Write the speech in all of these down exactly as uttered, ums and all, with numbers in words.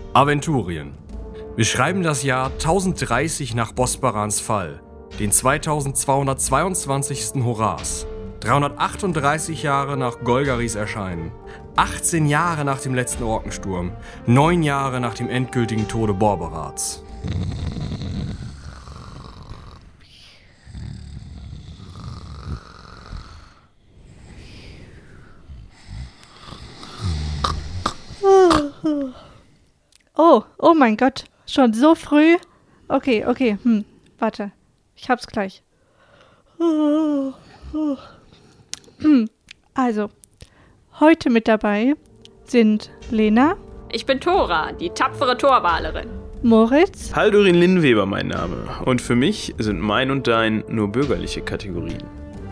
Aventurien. Wir schreiben das Jahr tausenddreißig nach Bosbarans Fall, den zweitausendzweihundertzweiundzwanzigsten Horas, dreihundertachtunddreißig Jahre nach Golgaris Erscheinen, achtzehn Jahre nach dem letzten Orkensturm, neun Jahre nach dem endgültigen Tode Borberats. Oh, oh mein Gott, schon so früh? Okay, okay, hm, warte, ich hab's gleich. Also, heute mit dabei sind Lena. Ich bin Thora, die tapfere Torwalerin. Moritz. Haldurin Linnweber mein Name. Und für mich sind mein und dein nur bürgerliche Kategorien.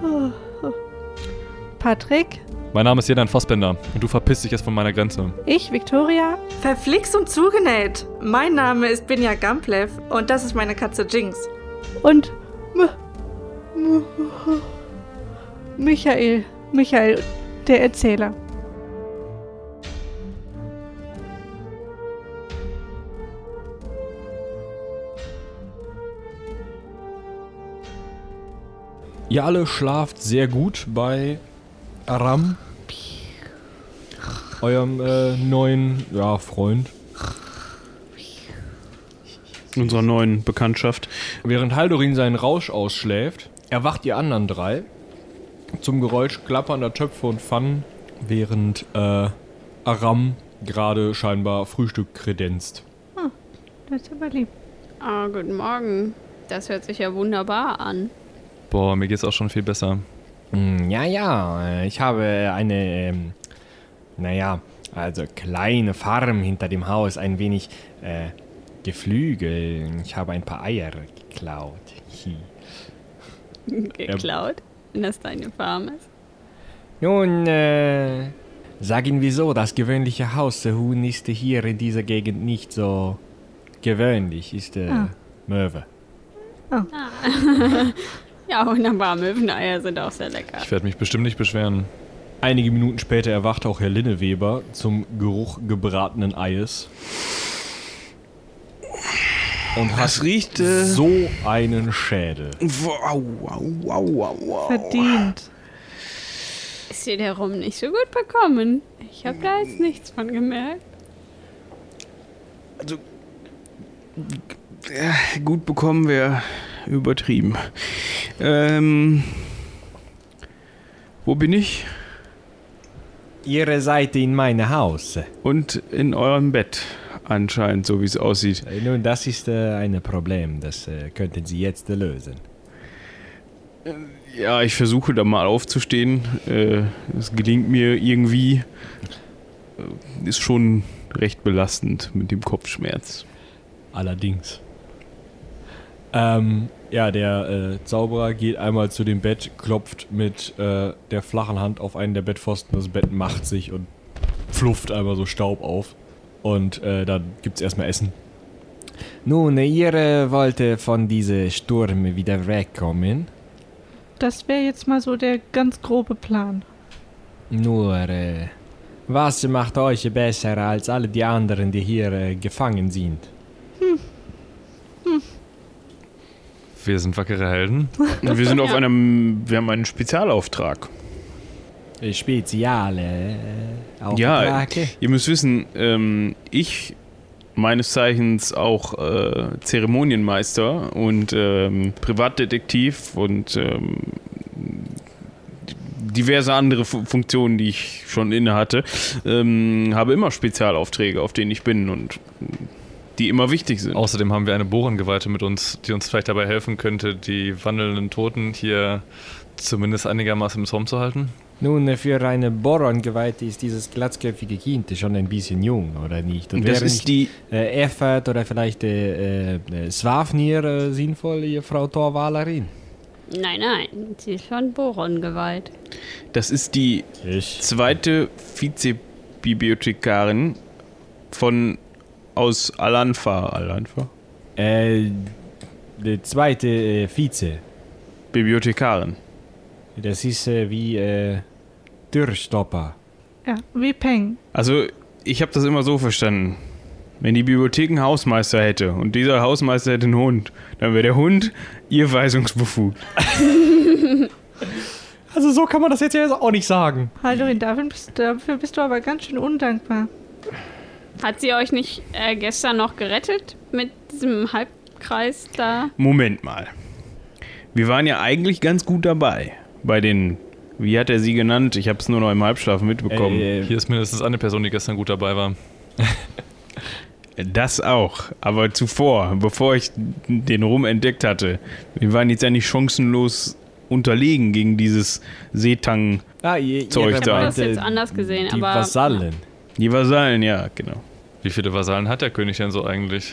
Patrick. Mein Name ist Jedan Fassbender und du verpisst dich jetzt von meiner Grenze. Ich, Victoria. Verflixt und zugenäht. Mein Name ist Binja Gamplev und das ist meine Katze Jinx. Und M- M- Michael. Michael, der Erzähler. Ihr alle schlaft sehr gut bei Aram, eurem äh, neuen ja, Freund. In unserer neuen Bekanntschaft. Während Haldurin seinen Rausch ausschläft, erwacht ihr anderen drei zum Geräusch klappernder Töpfe und Pfannen, während äh, Aram gerade scheinbar Frühstück kredenzt. Oh, das ist aber lieb. Ah, guten Morgen. Das hört sich ja wunderbar an. Boah, mir geht's auch schon viel besser. Ja, ja, ich habe eine, ähm, naja, also kleine Farm hinter dem Haus, ein wenig äh, Geflügel. Ich habe ein paar Eier geklaut. Geklaut? Wenn das deine Farm ist? Nun, äh, sagen wir so, das gewöhnliche Haushuhn ist hier in dieser Gegend nicht so gewöhnlich, ist äh, Ah. Möwe. Ah. Ja, wunderbar. Möweneier sind auch sehr lecker. Ich werde mich bestimmt nicht beschweren. Einige Minuten später erwacht auch Herr Linneweber zum Geruch gebratenen Eies. Und Das hat riecht, äh, so einen Schädel. Wow, wow, wow, wow, wow. Verdient. Ist dir der Rum nicht so gut bekommen? Ich habe da jetzt nichts von gemerkt. Also, ja, gut bekommen wäre übertrieben. Ähm, wo bin ich? Ihr seid in meinem Haus. Und in eurem Bett anscheinend, so wie es aussieht. Äh, Nun, das ist äh, ein Problem, das äh, könnten Sie jetzt äh, lösen. Ja, ich versuche da mal aufzustehen. Äh, es gelingt mir irgendwie. Äh, ist schon recht belastend mit dem Kopfschmerz. Allerdings. Ähm, ja, der äh, Zauberer geht einmal zu dem Bett, klopft mit äh, der flachen Hand auf einen der Bettpfosten. Das Bett macht sich und pflufft einmal so Staub auf. Und äh, dann gibt's erstmal Essen. Nun, ihr äh, wollt äh, von diesem Sturm wieder wegkommen. Das wäre jetzt mal so der ganz grobe Plan. Nur, äh, was macht euch besser als alle die anderen, die hier äh, gefangen sind? Wir sind wackere Helden. Wir sind auf einem, wir haben einen Spezialauftrag. Äh, Speziale äh, Ja, Auftrage? ihr müsst wissen, ähm, ich, meines Zeichens auch äh, Zeremonienmeister und ähm, Privatdetektiv und ähm, diverse andere Fu- Funktionen, die ich schon inne hatte, ähm, habe immer Spezialaufträge, auf denen ich bin und die immer wichtig sind. Außerdem haben wir eine Bohrengeweihte mit uns, die uns vielleicht dabei helfen könnte, die wandelnden Toten hier zumindest einigermaßen im Zaum zu halten. Nun, äh, für eine Boron-Geweihte ist dieses glatzköpfige Kind schon ein bisschen jung, oder nicht? Und Und das wäre ist nicht die, äh, Effert oder vielleicht äh, äh, Swafnir äh, sinnvoll, ihr Frau Torwalerin? Nein, nein. Sie ist schon Boron geweiht. das ist die Ich. zweite Vizebibliothekarin von aus Alanfa. Alanfa? Äh, der zweite äh, Vize. Bibliothekarin. Das ist äh, wie äh, Türstopper. Ja, wie Peng. Also, ich habe das immer so verstanden. Wenn die Bibliothek einen Hausmeister hätte und dieser Hausmeister hätte einen Hund, dann wäre der Hund ihr weisungsbefugt. Also so kann man das jetzt ja auch nicht sagen. Haldurin, dafür bist, dafür bist du aber ganz schön undankbar. Hat sie euch nicht äh, gestern noch gerettet mit diesem Halbkreis da? Moment mal. Wir waren ja eigentlich ganz gut dabei. Bei den, wie hat er sie genannt? Ich habe es nur noch im Halbschlaf mitbekommen. Äh, Hier ist mindestens eine Person, die gestern gut dabei war. Das auch. Aber zuvor, bevor ich den Rum entdeckt hatte, wir waren jetzt ja nicht chancenlos unterlegen gegen dieses Seetang. ah, ihr, Zeug ihr da. Ich habe das meint, äh, jetzt anders gesehen, Die aber... Vasallen. Die Vasallen, ja, genau. Wie viele Vasallen hat der König denn so eigentlich?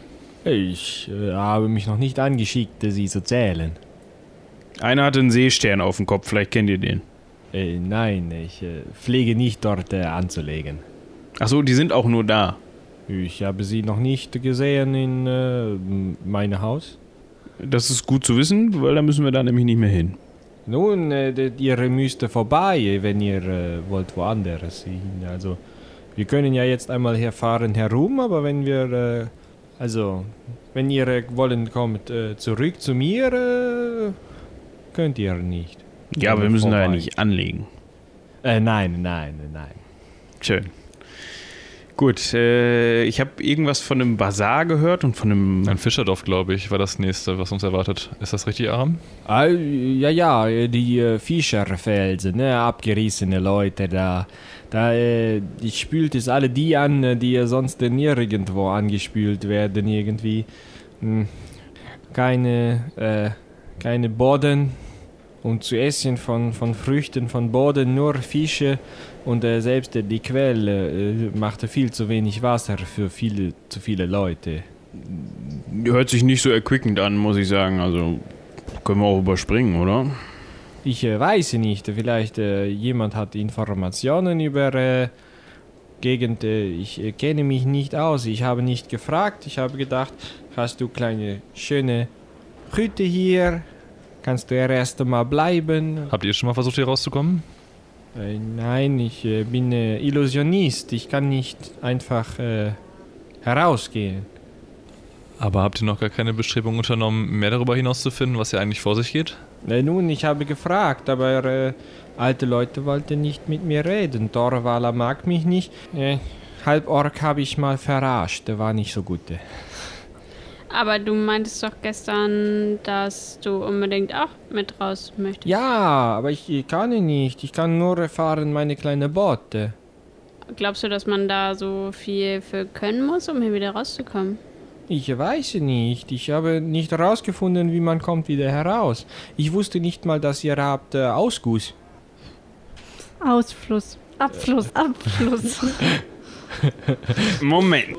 Ich äh, habe mich noch nicht angeschickt, sie zu zählen. Einer hatte einen Seestern auf dem Kopf, vielleicht kennt ihr den. Äh, nein, ich äh, pflege nicht dort äh, anzulegen. Achso, die sind auch nur da. Ich habe sie noch nicht gesehen in äh, meinem Haus. Das ist gut zu wissen, weil da müssen wir da nämlich nicht mehr hin. Nun, äh, d- ihr müsst vorbei, wenn ihr äh, wollt woanders hin. Also, wir können ja jetzt einmal herfahren herum, aber wenn wir, äh, also, wenn ihr äh, wollen, kommt äh, zurück zu mir, äh, könnt ihr nicht. Ja, aber wir müssen da ja nicht anlegen. Äh, nein, nein, nein. Schön. Gut, äh, ich habe irgendwas von einem Bazar gehört und von einem... Ein Fischerdorf, glaube ich, war das nächste, was uns erwartet. Ist das richtig, Aram? Ah, ja, ja, die äh, Fischerfelsen, ne, abgerissene Leute da. Da äh, die spült es alle die an, die äh, sonst nirgendwo angespült werden irgendwie. Hm. Keine, äh, keine Boden und zu essen von, von Früchten von Boden, nur Fische und äh, selbst äh, die Quelle äh, machte viel zu wenig Wasser für viele, zu viele Leute. Hört sich nicht so erquickend an, muss ich sagen. Also können wir auch überspringen, oder? Ich äh, weiß nicht, vielleicht äh, jemand hat Informationen über äh, Gegend. Äh, ich äh, kenne mich nicht aus. Ich habe nicht gefragt. Ich habe gedacht, hast du kleine schöne Hütte hier? Kannst du erst einmal bleiben? Habt ihr schon mal versucht, hier rauszukommen? Äh, nein, ich äh, bin äh, Illusionist. Ich kann nicht einfach äh, herausgehen. Aber habt ihr noch gar keine Bestrebungen unternommen, mehr darüber hinauszufinden, was hier eigentlich vor sich geht? Äh, nun, ich habe gefragt, aber äh, alte Leute wollten nicht mit mir reden. Torvala mag mich nicht. Äh, Halborg habe ich mal verarscht, der war nicht so gut. Aber du meintest doch gestern, dass du unbedingt auch mit raus möchtest. Ja, aber ich, ich kann nicht. Ich kann nur fahren meine kleine Boote. Glaubst du, dass man da so viel für können muss, um hier wieder rauszukommen? Ich weiß nicht. Ich habe nicht herausgefunden, wie man kommt wieder heraus. Ich wusste nicht mal, dass ihr habt äh, Ausguss. Ausfluss. Abfluss, Abfluss. Moment.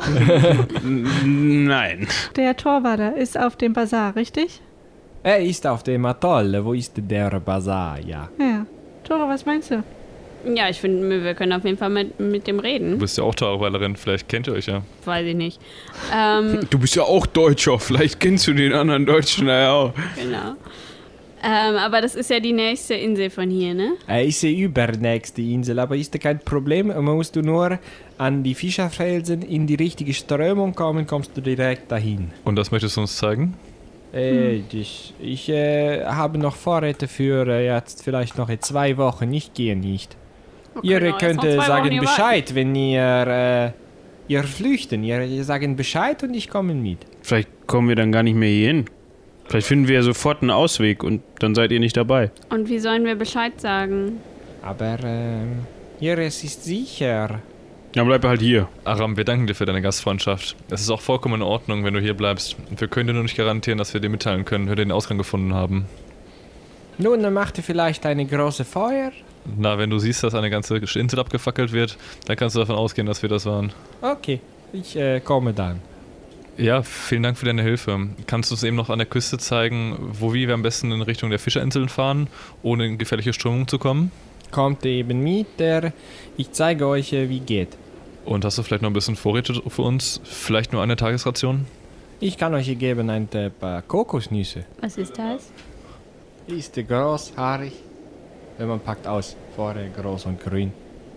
Nein. Der Torwader ist auf dem Bazar, richtig? Er ist auf dem Atoll. Wo ist der Bazar? Ja. Ja. Tore, was meinst du? Ja, ich finde, wir können auf jeden Fall mit, mit dem Du reden. bist ja auch Taucherweilerin, vielleicht kennt ihr euch ja. Weiß ich nicht. Ähm, Du bist ja auch Deutscher, vielleicht kennst du den anderen Deutschen ja auch. genau. Ähm, aber das ist ja die nächste Insel von hier, ne? Er ist die übernächste Insel, aber ist kein Problem. Man musst du nur an die Fischerfelsen in die richtige Strömung kommen, kommst du direkt dahin. Und das möchtest du uns zeigen? Äh, ich ich äh, habe noch Vorräte für äh, jetzt vielleicht noch in zwei Wochen. Ich gehe nicht. Wir Ihr können auch könnt erst noch äh, zwei Wochen sagen hier Bescheid, wenn ihr, äh, ihr flüchten. Ihr, ihr sagen Bescheid und ich komme mit. Vielleicht kommen wir dann gar nicht mehr hier hin. Vielleicht finden wir ja sofort einen Ausweg und dann seid ihr nicht dabei. warten. Und wie sollen wir Bescheid sagen? Aber ähm, hier, es ist sicher. Dann bleib halt hier. Aram, wir danken dir für deine Gastfreundschaft. Es ist auch vollkommen in Ordnung, wenn du hier bleibst. Wir können dir nur nicht garantieren, dass wir dir mitteilen können, wenn wir den Ausgang gefunden haben. Nun, dann macht ihr vielleicht eine große Feuer. Na, wenn du siehst, dass eine ganze Insel abgefackelt wird, dann kannst du davon ausgehen, dass wir das waren. Okay, ich äh, komme dann. Ja, vielen Dank für deine Hilfe. Kannst du uns eben noch an der Küste zeigen, wo wir am besten in Richtung der Fischerinseln fahren, ohne in gefährliche Strömungen zu kommen? Kommt eben mit, der. Ich zeige euch, äh, wie geht. Und hast du vielleicht noch ein bisschen Vorräte für uns? Vielleicht nur eine Tagesration? Ich kann euch geben ein paar Kokosnüsse. Was ist das? Ist groß, haarig. Wenn man packt aus, vorne groß und grün.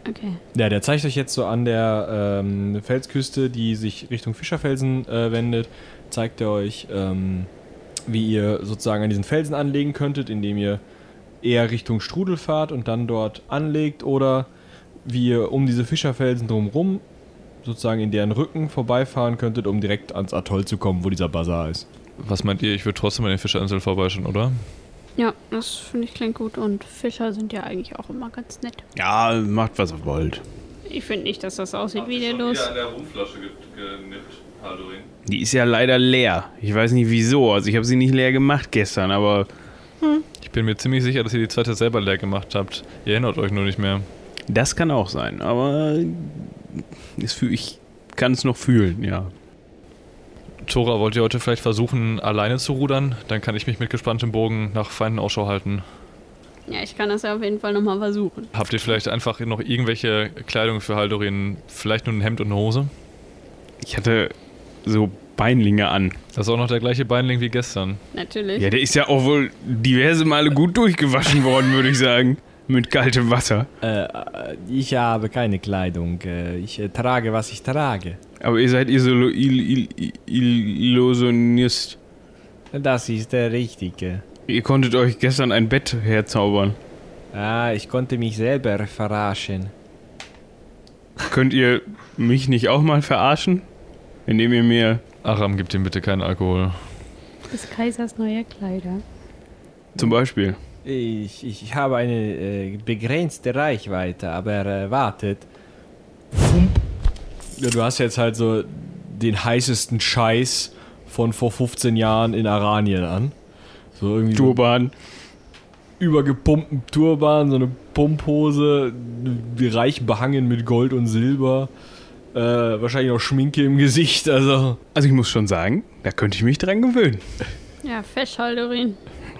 Okay. Ja, der zeigt euch jetzt so an der ähm, Felsküste, die sich Richtung Fischerfelsen äh, wendet, zeigt er euch, ähm, wie ihr sozusagen an diesen Felsen anlegen könntet, indem ihr eher Richtung Strudel fahrt und dann dort anlegt, oder wie ihr um diese Fischerfelsen drumherum sozusagen in deren Rücken vorbeifahren könntet, um direkt ans Atoll zu kommen, wo dieser Bazar ist. Was meint ihr? Ich würde trotzdem an den Fischerinseln vorbeischauen, oder? Ja, das finde ich klingt gut und Fischer sind ja eigentlich auch immer ganz nett. Ja, macht was ihr wollt. Ich finde nicht, dass das aussieht wie der los. an der Rumflasche genippt, Haldorin. Die ist ja leider leer. Ich weiß nicht wieso. Also ich habe sie nicht leer gemacht gestern, aber Ich bin mir ziemlich sicher, dass ihr die zweite selber leer gemacht habt. Ihr erinnert euch nur nicht mehr. das kann auch sein. Aber es fühl, ich kann es noch fühlen, ja. Tora, wollt ihr heute vielleicht versuchen, alleine zu rudern? Dann kann ich mich mit gespanntem Bogen nach Feinden Ausschau halten. Ja, ich kann das ja auf jeden Fall nochmal versuchen. Habt ihr vielleicht einfach noch irgendwelche Kleidung für Haldorin? Vielleicht nur ein Hemd und eine Hose? Ich hatte so Beinlinge an. Das ist auch noch der gleiche Beinling wie gestern. Natürlich. Ja, der ist ja auch wohl diverse Male gut durchgewaschen worden, würde ich sagen. Mit kaltem Wasser. Äh, ich habe keine Kleidung. Äh, Ich äh, trage, was ich trage. Aber ihr seid Isolo il, il, il, Illusionist. Das ist der Richtige. Ihr konntet euch gestern ein Bett herzaubern. Ah, ich konnte mich selber verarschen. Könnt ihr mich nicht auch mal verarschen? Indem ihr mir Aram, gibt ihm bitte keinen Alkohol. Des Kaisers neue Kleider. zum Beispiel... Ich, ich, ich habe eine äh, begrenzte Reichweite, aber äh, wartet. Ja, du hast jetzt halt so den heißesten Scheiß von vor fünfzehn Jahren in Aranien an. So irgendwie Turban. so übergepumpten Turban, so eine Pumphose, reich behangen mit Gold und Silber. Äh, wahrscheinlich noch Schminke im Gesicht, also... Also ich muss schon sagen, da könnte ich mich dran gewöhnen. Ja, fesch, Haldorin.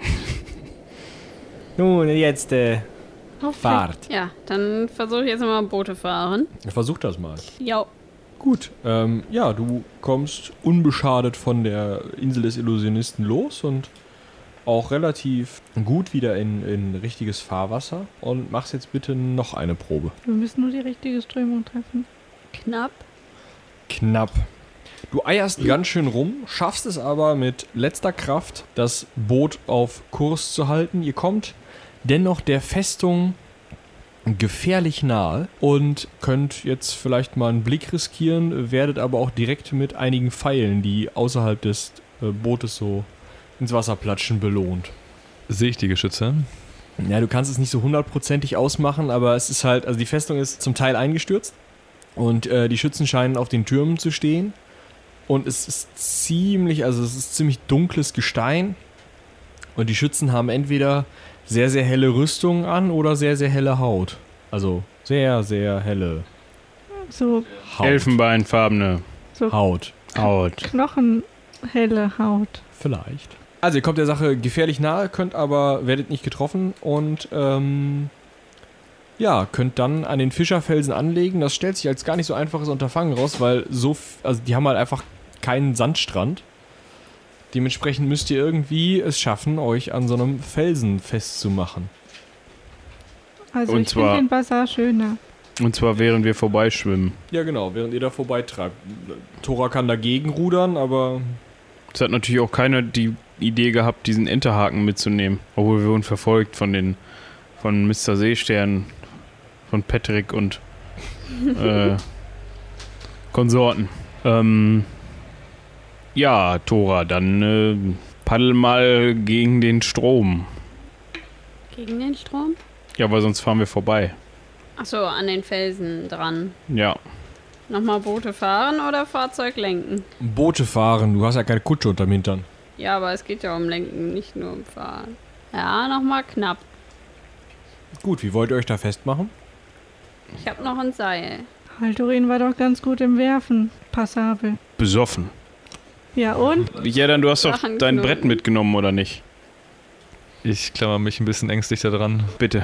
Nun, jetzt äh, Auf Fahrt. Ja, dann versuche ich jetzt mal Boote fahren. Versuch das mal. Jo. Gut, ähm, ja, du kommst unbeschadet von der Insel des Illusionisten los und auch relativ gut wieder in, in richtiges Fahrwasser und machst jetzt bitte noch eine Probe. Wir müssen nur die richtige Strömung treffen. Knapp. Knapp. Du eierst ganz schön rum, schaffst es aber mit letzter Kraft, das Boot auf Kurs zu halten. Ihr kommt dennoch der Festung gefährlich nahe und könnt jetzt vielleicht mal einen Blick riskieren, werdet aber auch direkt mit einigen Pfeilen, die außerhalb des äh, Bootes so ins Wasser platschen, belohnt. Sehe ich die Geschütze? Ja, du kannst es nicht so hundertprozentig ausmachen, aber es ist halt, also die Festung ist zum Teil eingestürzt und äh, die Schützen scheinen auf den Türmen zu stehen und es ist ziemlich, also es ist ziemlich dunkles Gestein und die Schützen haben entweder sehr, sehr helle Rüstungen an oder sehr, sehr helle Haut. Also sehr, sehr helle So, Haut. Elfenbeinfarbene so Haut. Haut. knochenhelle Haut. Vielleicht. Also ihr kommt der Sache gefährlich nahe, könnt aber, werdet nicht getroffen und ähm, ja, könnt dann an den Fischerfelsen anlegen. Das stellt sich als gar nicht so einfaches Unterfangen raus, weil so, f- also die haben halt einfach keinen Sandstrand. Dementsprechend müsst ihr irgendwie es schaffen, euch an so einem Felsen festzumachen. Also Und ich finde zwar- den Bazar schöner. Und zwar während wir vorbeischwimmen. Ja genau, während ihr da vorbeitreibt. Tora kann dagegen rudern, aber Es hat natürlich auch keiner die Idee gehabt, diesen Enterhaken mitzunehmen. Obwohl wir wurden verfolgt von den von Mister Seestern, von Patrick und äh, Konsorten. Ähm, ja, Tora, dann äh, paddel mal gegen den Strom. Gegen den Strom? Ja, weil sonst fahren wir vorbei. Achso, an den Felsen dran. Ja. Nochmal Boote fahren oder Fahrzeug lenken? Boote fahren, du hast ja keine Kutsche unterm Hintern. Ja, aber es geht ja um Lenken, nicht nur um Fahren. Ja, nochmal knapp. Gut, wie wollt ihr euch da festmachen? Ich habe noch ein Seil. Haldorin war doch ganz gut im Werfen. Passabel. Besoffen. Ja und? Ja, dann du hast doch Sachen dein knoten. Brett mitgenommen, oder nicht? Ich klammer mich ein bisschen ängstlich da dran. Bitte.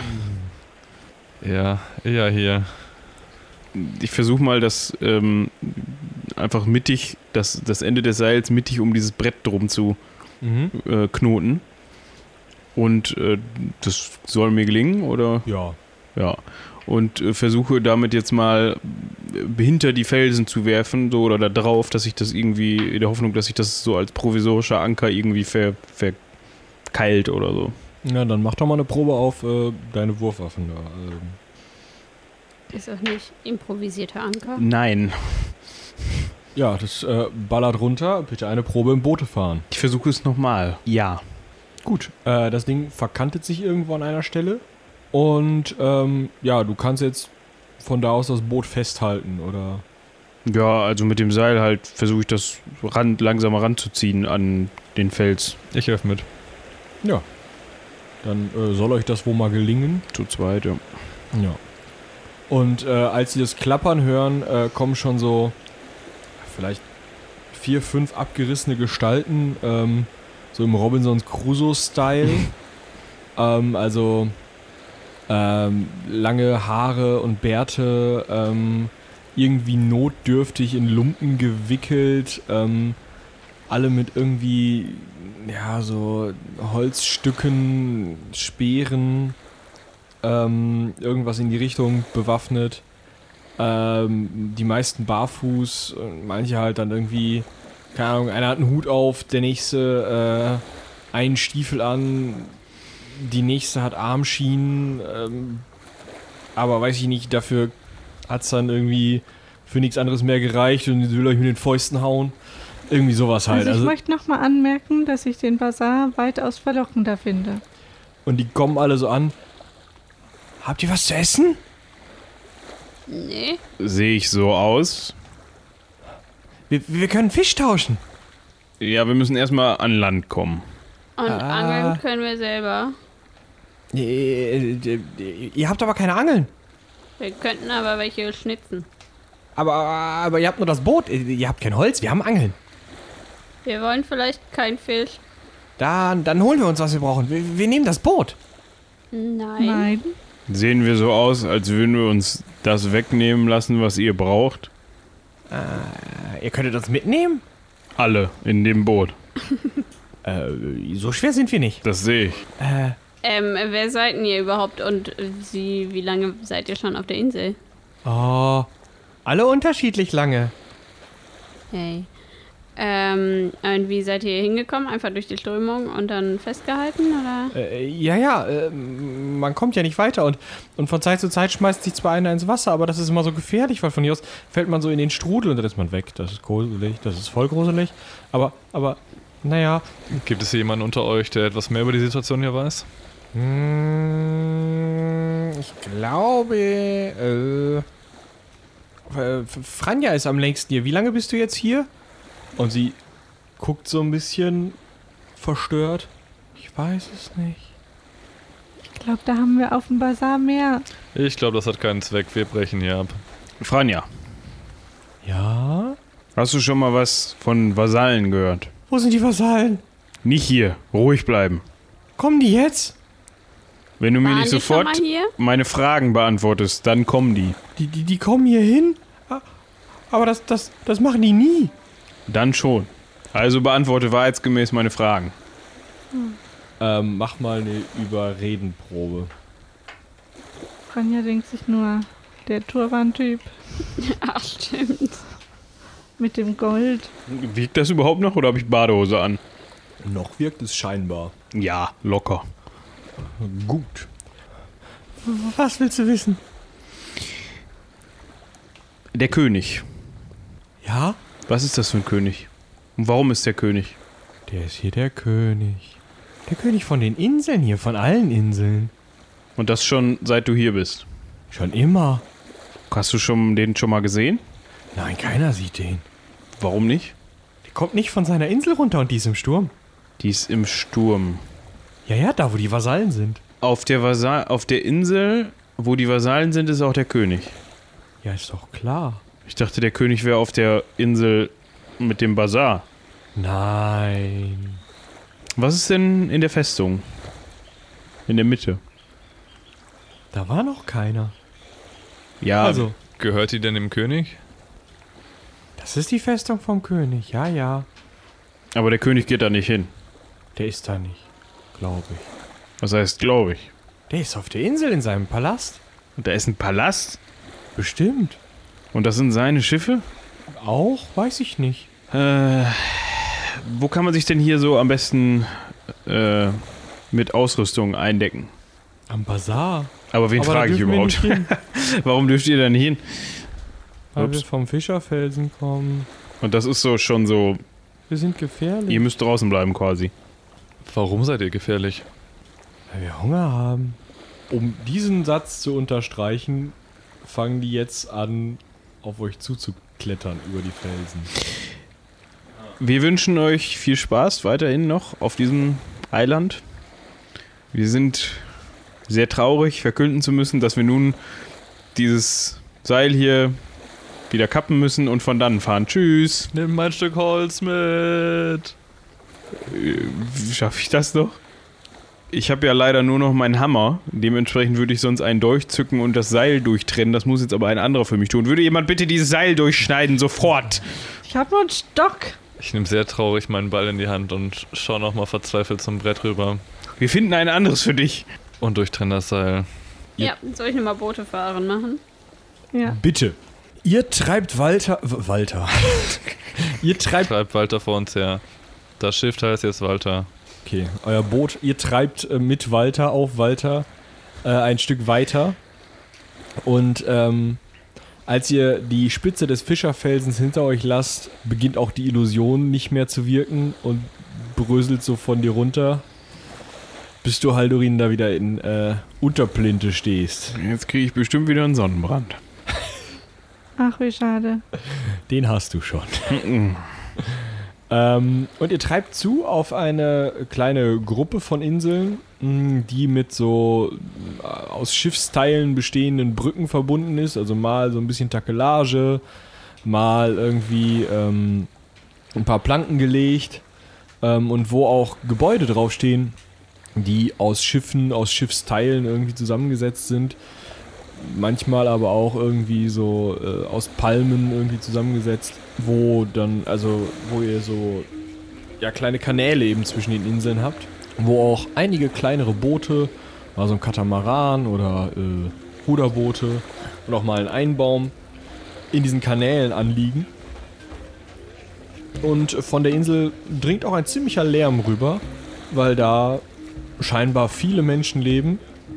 Ja, ja, hier. Ich versuche mal, das ähm, einfach mittig, das, das Ende des Seils mittig um dieses Brett drum zu Mhm. äh, knoten. Und äh, das soll mir gelingen, oder? Ja. Ja. und äh, versuche damit jetzt mal äh, hinter die Felsen zu werfen, so oder da drauf, dass ich das irgendwie, in der Hoffnung, dass sich das so als provisorischer Anker irgendwie ver, verkeilt oder so. Ja, dann mach doch mal eine Probe auf äh, deine Wurfwaffen da. Ähm. Ist auch nicht improvisierter Anker. Nein. Ja, das äh, ballert runter. Bitte eine Probe im Boote fahren. Ich versuche es nochmal. Ja. Gut. Äh, das Ding verkantet sich irgendwo an einer Stelle. Und ähm, ja, du kannst jetzt von da aus das Boot festhalten, oder? Ja, also mit dem Seil halt versuche ich das ran, langsamer ranzuziehen an den Fels. Ich helfe mit. Ja. Dann äh, soll euch das wohl mal gelingen. Zu zweit, ja. Ja. Und äh, als sie das Klappern hören, äh, kommen schon so vielleicht vier, fünf abgerissene Gestalten, ähm, so im Robinson Crusoe-Style. ähm, also ähm, lange Haare und Bärte, ähm, irgendwie notdürftig in Lumpen gewickelt, ähm, alle mit irgendwie, ja, so Holzstücken, Speeren, ähm, irgendwas in die Richtung bewaffnet. Ähm, die meisten barfuß, manche halt dann irgendwie, keine Ahnung, einer hat einen Hut auf, der nächste äh, einen Stiefel an, die nächste hat Armschienen, ähm, aber weiß ich nicht, dafür hat es dann irgendwie für nichts anderes mehr gereicht und die will euch mit den Fäusten hauen. Irgendwie sowas halt. Also ich Also, möchte nochmal anmerken, dass ich den Bazar weitaus verlockender finde. und die kommen alle so an. Habt ihr was zu essen? Nee. Sehe ich so aus? Wir, wir können Fisch tauschen. Ja, wir müssen erstmal an Land kommen. Und Ah. angeln können wir selber. Ihr, ihr habt aber keine Angeln. Wir könnten aber welche schnitzen. Aber, aber ihr habt nur das Boot. Ihr habt kein Holz, wir haben Angeln. Wir wollen vielleicht keinen Fisch. Dann, dann holen wir uns, was wir brauchen. Wir, wir nehmen das Boot. Nein. Nein. Sehen wir so aus, als würden wir uns das wegnehmen lassen, was ihr braucht? Äh, ihr könntet uns mitnehmen? Alle in dem Boot. Äh, so schwer sind wir nicht. Das sehe ich. Äh, Ähm, wer seid denn ihr überhaupt und äh, Sie, wie lange seid ihr schon auf der Insel? oh, alle unterschiedlich lange. Hey. Ähm, und wie seid ihr hier hingekommen? Einfach durch die Strömung und dann festgehalten, oder? Äh, ja, ja, äh, man kommt ja nicht weiter und, und von Zeit zu Zeit schmeißt sich zwar einer ins Wasser, aber das ist immer so gefährlich, weil von hier aus fällt man so in den Strudel und dann ist man weg. Das ist gruselig, das ist voll gruselig. Aber, aber, naja. Gibt es hier jemanden unter euch, der etwas mehr über die Situation hier weiß? Hm, ich glaube, äh, äh, Franja ist am längsten hier. Wie lange bist du jetzt hier? Und sie guckt so ein bisschen verstört. Ich weiß es nicht. Ich glaube, da haben wir auf dem Bazar mehr. Ich glaube, das hat keinen Zweck. Wir brechen hier ab. Franja, Ja? hast du schon mal was von Vasallen gehört? Wo sind die Vasallen? Nicht hier, ruhig bleiben. Kommen die jetzt? Wenn du mir Waren nicht die schon sofort mal hier? meine Fragen beantwortest, dann kommen die. Die, die, die kommen hier hin? Ah, aber das, das, das machen die nie. Dann schon. Also beantworte wahrheitsgemäß meine Fragen. Ähm, mach mal eine Überredenprobe. Franja denkt sich nur, der Turban-Typ Ach, stimmt. mit dem Gold. Wiegt das überhaupt noch oder habe ich Badehose an? Noch wirkt es scheinbar. Ja, locker. Gut. Was willst du wissen? Der König. Ja? Was ist das für ein König? Und warum ist der König? Der ist hier der König. Der König von den Inseln hier, von allen Inseln. Und das schon seit du hier bist. Schon immer. Hast du schon den schon mal gesehen? Nein, keiner sieht den. Warum nicht? Der kommt nicht von seiner Insel runter und die ist im Sturm. Die ist im Sturm. Ja, ja, da wo die Vasallen sind. Auf der, Vasa auf der Insel, wo die Vasallen sind, ist auch der König. Ja, ist doch klar. Ich dachte, der König wäre auf der Insel mit dem Bazar. Nein. Was ist denn in der Festung? In der Mitte. Da war noch keiner. Ja, Also, Gehört die denn dem König? das ist die Festung vom König. Ja, ja. aber der König geht da nicht hin. Der ist da nicht. Glaube ich. Das heißt, glaube ich. Der ist auf der Insel in seinem Palast. Und da ist ein Palast? Bestimmt. Und das sind seine Schiffe? Auch? Weiß ich nicht. Äh, wo kann man sich denn hier so am besten äh, mit Ausrüstung eindecken? Am Bazar. Aber wen Aber da frage ich dürfen wir überhaupt? nicht hin. Warum dürft ihr denn hin? Weil Ups. wir vom Fischerfelsen kommen. Und das ist so schon so, Wir sind gefährlich. ihr müsst draußen bleiben quasi. Warum seid ihr gefährlich? Weil wir Hunger haben. Um diesen Satz zu unterstreichen, fangen die jetzt an, auf euch zuzuklettern über die Felsen. Wir wünschen euch viel Spaß weiterhin noch auf diesem Eiland. Wir sind sehr traurig, verkünden zu müssen, dass wir nun dieses Seil hier wieder kappen müssen und von dann fahren. Tschüss. Nimm mein Stück Holz mit. Äh, Schaffe ich das noch? Ich habe ja leider nur noch meinen Hammer. Dementsprechend würde ich sonst einen durchzücken und das Seil durchtrennen. Das muss jetzt aber ein anderer für mich tun. Würde jemand bitte dieses Seil durchschneiden, sofort? Ich habe nur einen Stock. Ich nehme sehr traurig meinen Ball in die Hand und schaue nochmal verzweifelt zum Brett rüber Wir finden ein anderes für dich. und durchtrenne das Seil. Ja, soll ich nochmal Boote fahren machen? Ja. Bitte. Ihr treibt Walter... W- Walter. ihr treibt... Treibt Walter vor uns her. Das Schiff heißt jetzt Walter. Okay, euer Boot, ihr treibt äh, mit Walter auf Walter äh, ein Stück weiter. Und ähm, als ihr die Spitze des Fischerfelsens hinter euch lasst, beginnt auch die Illusion nicht mehr zu wirken und bröselt so von dir runter, bis du, Haldorin, da wieder in äh, Unterplinte stehst. Jetzt kriege ich bestimmt wieder einen Sonnenbrand. Ach, wie schade. Den hast du schon. ähm, und ihr treibt zu auf eine kleine Gruppe von Inseln, mh, die mit so äh, aus Schiffsteilen bestehenden Brücken verbunden ist. Also mal so ein bisschen Takelage, mal irgendwie ähm, ein paar Planken gelegt ähm, und wo auch Gebäude draufstehen, die aus Schiffen, aus Schiffsteilen irgendwie zusammengesetzt sind. Manchmal aber auch irgendwie so äh, aus Palmen irgendwie zusammengesetzt, wo dann, also wo ihr so ja kleine Kanäle eben zwischen den Inseln habt, wo auch einige kleinere Boote, mal so ein Katamaran oder äh, Ruderboote und auch mal ein Einbaum in diesen Kanälen anliegen. Und von der Insel dringt auch ein ziemlicher Lärm rüber, weil da scheinbar viele Menschen leben.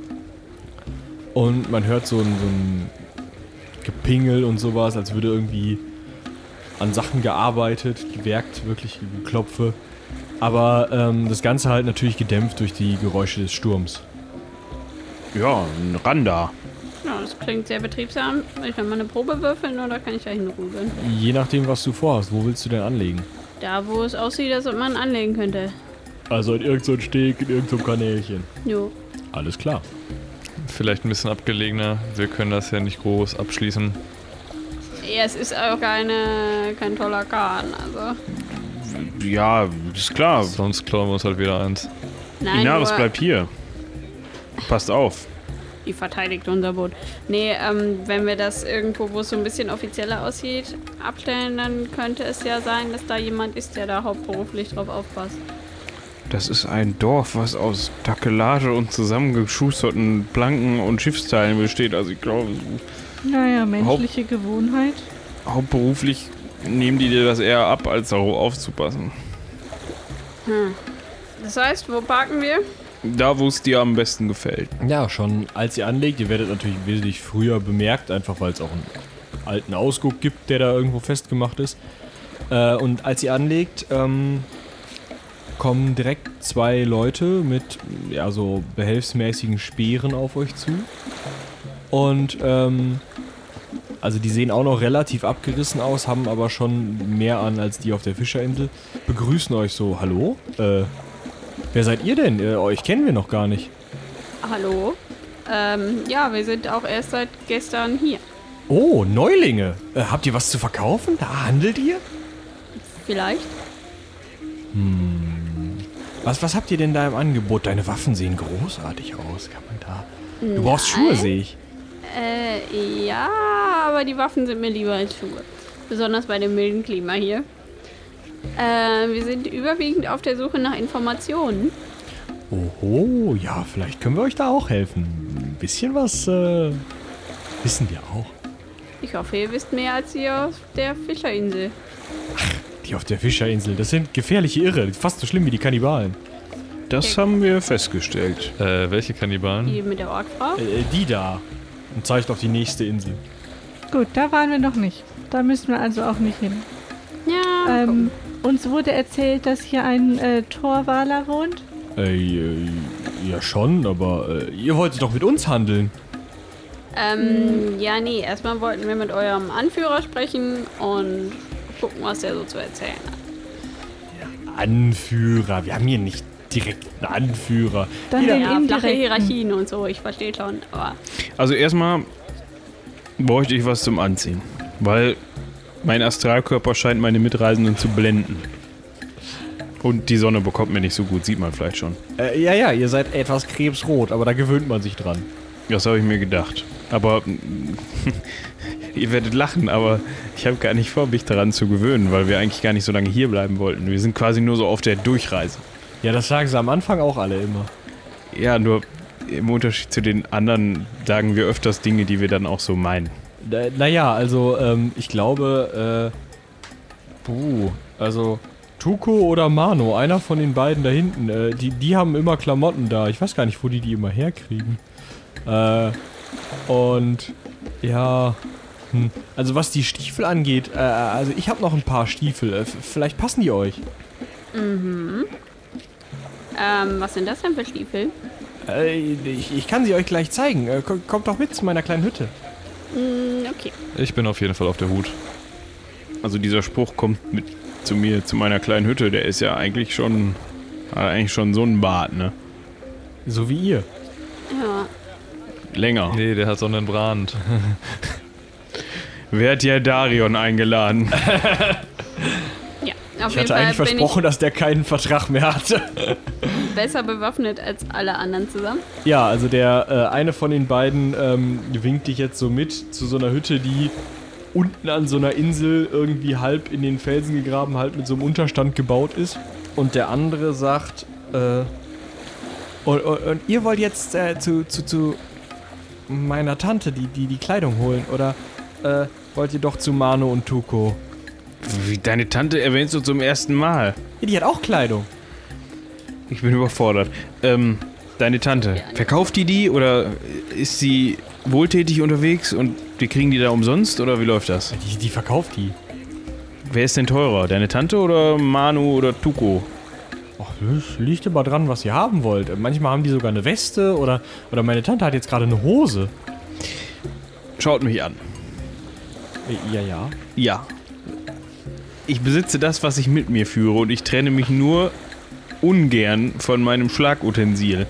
Und man hört so ein, so ein Gepingel und sowas, als würde irgendwie an Sachen gearbeitet, gewerkt, wirklich Geklopfe. Aber ähm, das Ganze halt natürlich gedämpft durch die Geräusche des Sturms. Ja, ein Randa. Ja, das klingt sehr betriebsam. Soll ich noch mal eine Probe würfeln oder kann ich da hinrudeln? Je nachdem, was du vorhast, wo willst du denn anlegen? Da, wo es aussieht, als ob man anlegen könnte. Also in irgendein Steg, in irgendeinem Kanälchen. Jo. Alles klar. Vielleicht ein bisschen abgelegener. Wir können das ja nicht groß abschließen. Ja, es ist auch keine, kein toller Kahn, also. Ja, ist klar. Sonst klauen wir uns halt wieder eins. Nein, Inaris nur bleibt hier. Passt auf. die verteidigt unser Boot. Nee, ähm, wenn wir das irgendwo, wo es so ein bisschen offizieller aussieht, abstellen, dann könnte es ja sein, dass da jemand ist, der da hauptberuflich drauf aufpasst. Das ist ein Dorf, was aus Takelage und zusammengeschusterten Planken und Schiffsteilen besteht. Also ich glaube, Naja, menschliche Gewohnheit. hauptberuflich nehmen die dir das eher ab, als darauf aufzupassen. Hm. Das heißt, wo parken wir? Da, wo es dir am besten gefällt. Ja, schon als ihr anlegt, ihr werdet natürlich wesentlich früher bemerkt, einfach weil es auch einen alten Ausguck gibt, der da irgendwo festgemacht ist. Äh, und als ihr anlegt, ähm, kommen direkt zwei Leute mit ja, so behelfsmäßigen Speeren auf euch zu. Und ähm, also die sehen auch noch relativ abgerissen aus, haben aber schon mehr an als die auf der Fischerinsel. Begrüßen euch so, hallo? Äh, wer seid ihr denn? Äh, euch kennen wir noch gar nicht. Hallo? Ähm, ja, wir sind auch erst seit gestern hier. Oh, Neulinge. Äh, habt ihr was zu verkaufen? Da handelt ihr? Vielleicht? Was, was habt ihr denn da im Angebot? Deine Waffen sehen großartig aus. Kann man da... Du Nein. brauchst Schuhe, sehe ich. Äh, ja, aber die Waffen sind mir lieber als Schuhe. Besonders bei dem milden Klima hier. Äh, wir sind überwiegend auf der Suche nach Informationen. Oho, ja, vielleicht können wir euch da auch helfen. Ein bisschen was äh, wissen wir auch. Ich hoffe, ihr wisst mehr als ihr auf der Fischerinsel. Die auf der Fischerinsel, das sind gefährliche Irre. Fast so schlimm wie die Kannibalen. Das haben wir festgestellt. Äh, welche Kannibalen? Die mit der Orkfrau? Äh, die da. Und zeigt auf die nächste Insel. Gut, da waren wir noch nicht. Da müssen wir also auch nicht hin. Ja, Ähm, uns wurde erzählt, dass hier ein äh, Torwaler wohnt. Äh, äh, ja schon, aber äh, ihr wolltet doch mit uns handeln. Ähm, ja, nee, erstmal wollten wir mit eurem Anführer sprechen und gucken, was der so zu erzählen hat. Anführer, wir haben hier nicht direkt einen Anführer. Dann Jeder- den Ja, flache indirekten. Hierarchien und so, ich verstehe schon, aber Also erstmal bräuchte ich was zum Anziehen. Weil mein Astralkörper scheint meine Mitreisenden zu blenden. Und die Sonne bekommt mir nicht so gut, sieht man vielleicht schon. Äh, ja, ja, ihr seid etwas krebsrot, aber da gewöhnt man sich dran. Das habe ich mir gedacht. Aber ihr werdet lachen, aber ich habe gar nicht vor, mich daran zu gewöhnen, weil wir eigentlich gar nicht so lange hier bleiben wollten. Wir sind quasi nur so auf der Durchreise. Ja, das sagen sie am Anfang auch alle immer. Ja, nur im Unterschied zu den anderen sagen wir öfters Dinge, die wir dann auch so meinen. Na, naja, also ähm, ich glaube, äh, puh, also Tuko oder Mano, einer von den beiden da hinten, äh, die, die haben immer Klamotten da. Ich weiß gar nicht, wo die die immer herkriegen. Äh, und ja, hm. Also was die Stiefel angeht, äh, also ich habe noch ein paar Stiefel. Äh, f- vielleicht passen die euch. mhm. Ähm, was sind das denn für Stiefel? Äh, ich, ich kann sie euch gleich zeigen. Äh, ko- kommt doch mit zu meiner kleinen Hütte. Mm, okay. Ich bin auf jeden Fall auf der Hut. Also dieser Spruch kommt mit zu mir, zu meiner kleinen Hütte. Der ist ja eigentlich schon, hat eigentlich schon so ein Bart, ne? So wie ihr. Ja. Länger. Nee, der hat Sonnenbrand. Wer hat ja Darion eingeladen? Ja, auf Ich jeden hatte Fall eigentlich bin versprochen, dass der keinen Vertrag mehr hatte. ich besser bewaffnet als alle anderen zusammen. Ja, also der äh, eine von den beiden ähm, winkt dich jetzt so mit zu so einer Hütte, die unten an so einer Insel irgendwie halb in den Felsen gegraben, halb mit so einem Unterstand gebaut ist. Und der andere sagt, äh, und, und, und ihr wollt jetzt äh, zu, zu, zu meiner Tante die, die die Kleidung holen, oder äh, wollt ihr doch zu Mano und Tuko? Wie, deine Tante erwähnst du zum ersten Mal. Ja, die hat auch Kleidung. Ich bin überfordert. Ähm, deine Tante, verkauft die die oder ist sie wohltätig unterwegs und wir kriegen die da umsonst oder wie läuft das? Die, die verkauft die. Wer ist denn teurer? Deine Tante oder Manu oder Tuko? Ach, das liegt immer dran, was ihr haben wollt. Manchmal haben die sogar eine Weste oder, oder meine Tante hat jetzt gerade eine Hose. Schaut mich an. Ja, ja. Ja. Ich besitze das, was ich mit mir führe und ich trenne mich nur ungern von meinem Schlagutensil.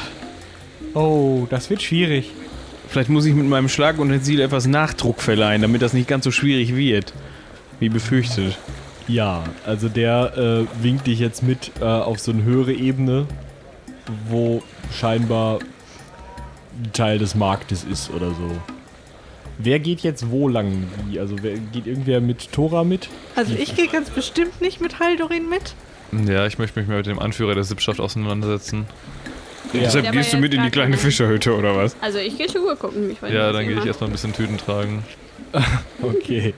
Oh, das wird schwierig. Vielleicht muss ich mit meinem Schlagutensil etwas Nachdruck verleihen, damit das nicht ganz so schwierig wird. Wie befürchtet. Ja, also der äh, winkt dich jetzt mit äh, auf so eine höhere Ebene, wo scheinbar ein Teil des Marktes ist oder so. Wer geht jetzt wo lang? Wie? Also wer, geht irgendwer mit Tora mit? Also ich gehe ganz bestimmt nicht mit Haldorin mit. Ja, ich möchte mich mal mit dem Anführer der Sippschaft auseinandersetzen. Ja. Deshalb Der gehst du war mit jetzt in die gar kleine keine- Fischerhütte oder was? Also ich gehe Schuhe gucken. Ich weiß Ja, nicht, was dann ihr gehe ich macht. erstmal ein bisschen Tüten tragen. Okay.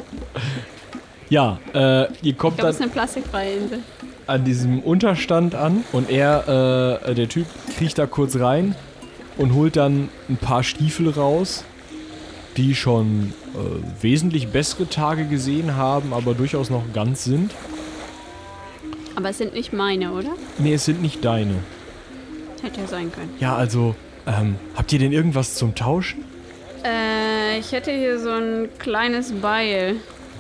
Ja, äh, ihr Ich kommt glaube, es dann ist eine plastikfreie Insel. an diesem Unterstand an und er, äh, der Typ, kriecht da kurz rein und holt dann ein paar Stiefel raus, die schon äh, wesentlich bessere Tage gesehen haben, aber durchaus noch ganz sind. Aber es sind nicht meine, oder? Nee, es sind nicht deine. Hätte ja sein können. Ja, also, ähm, habt ihr denn irgendwas zum Tauschen? Äh, ich hätte hier so ein kleines Beil.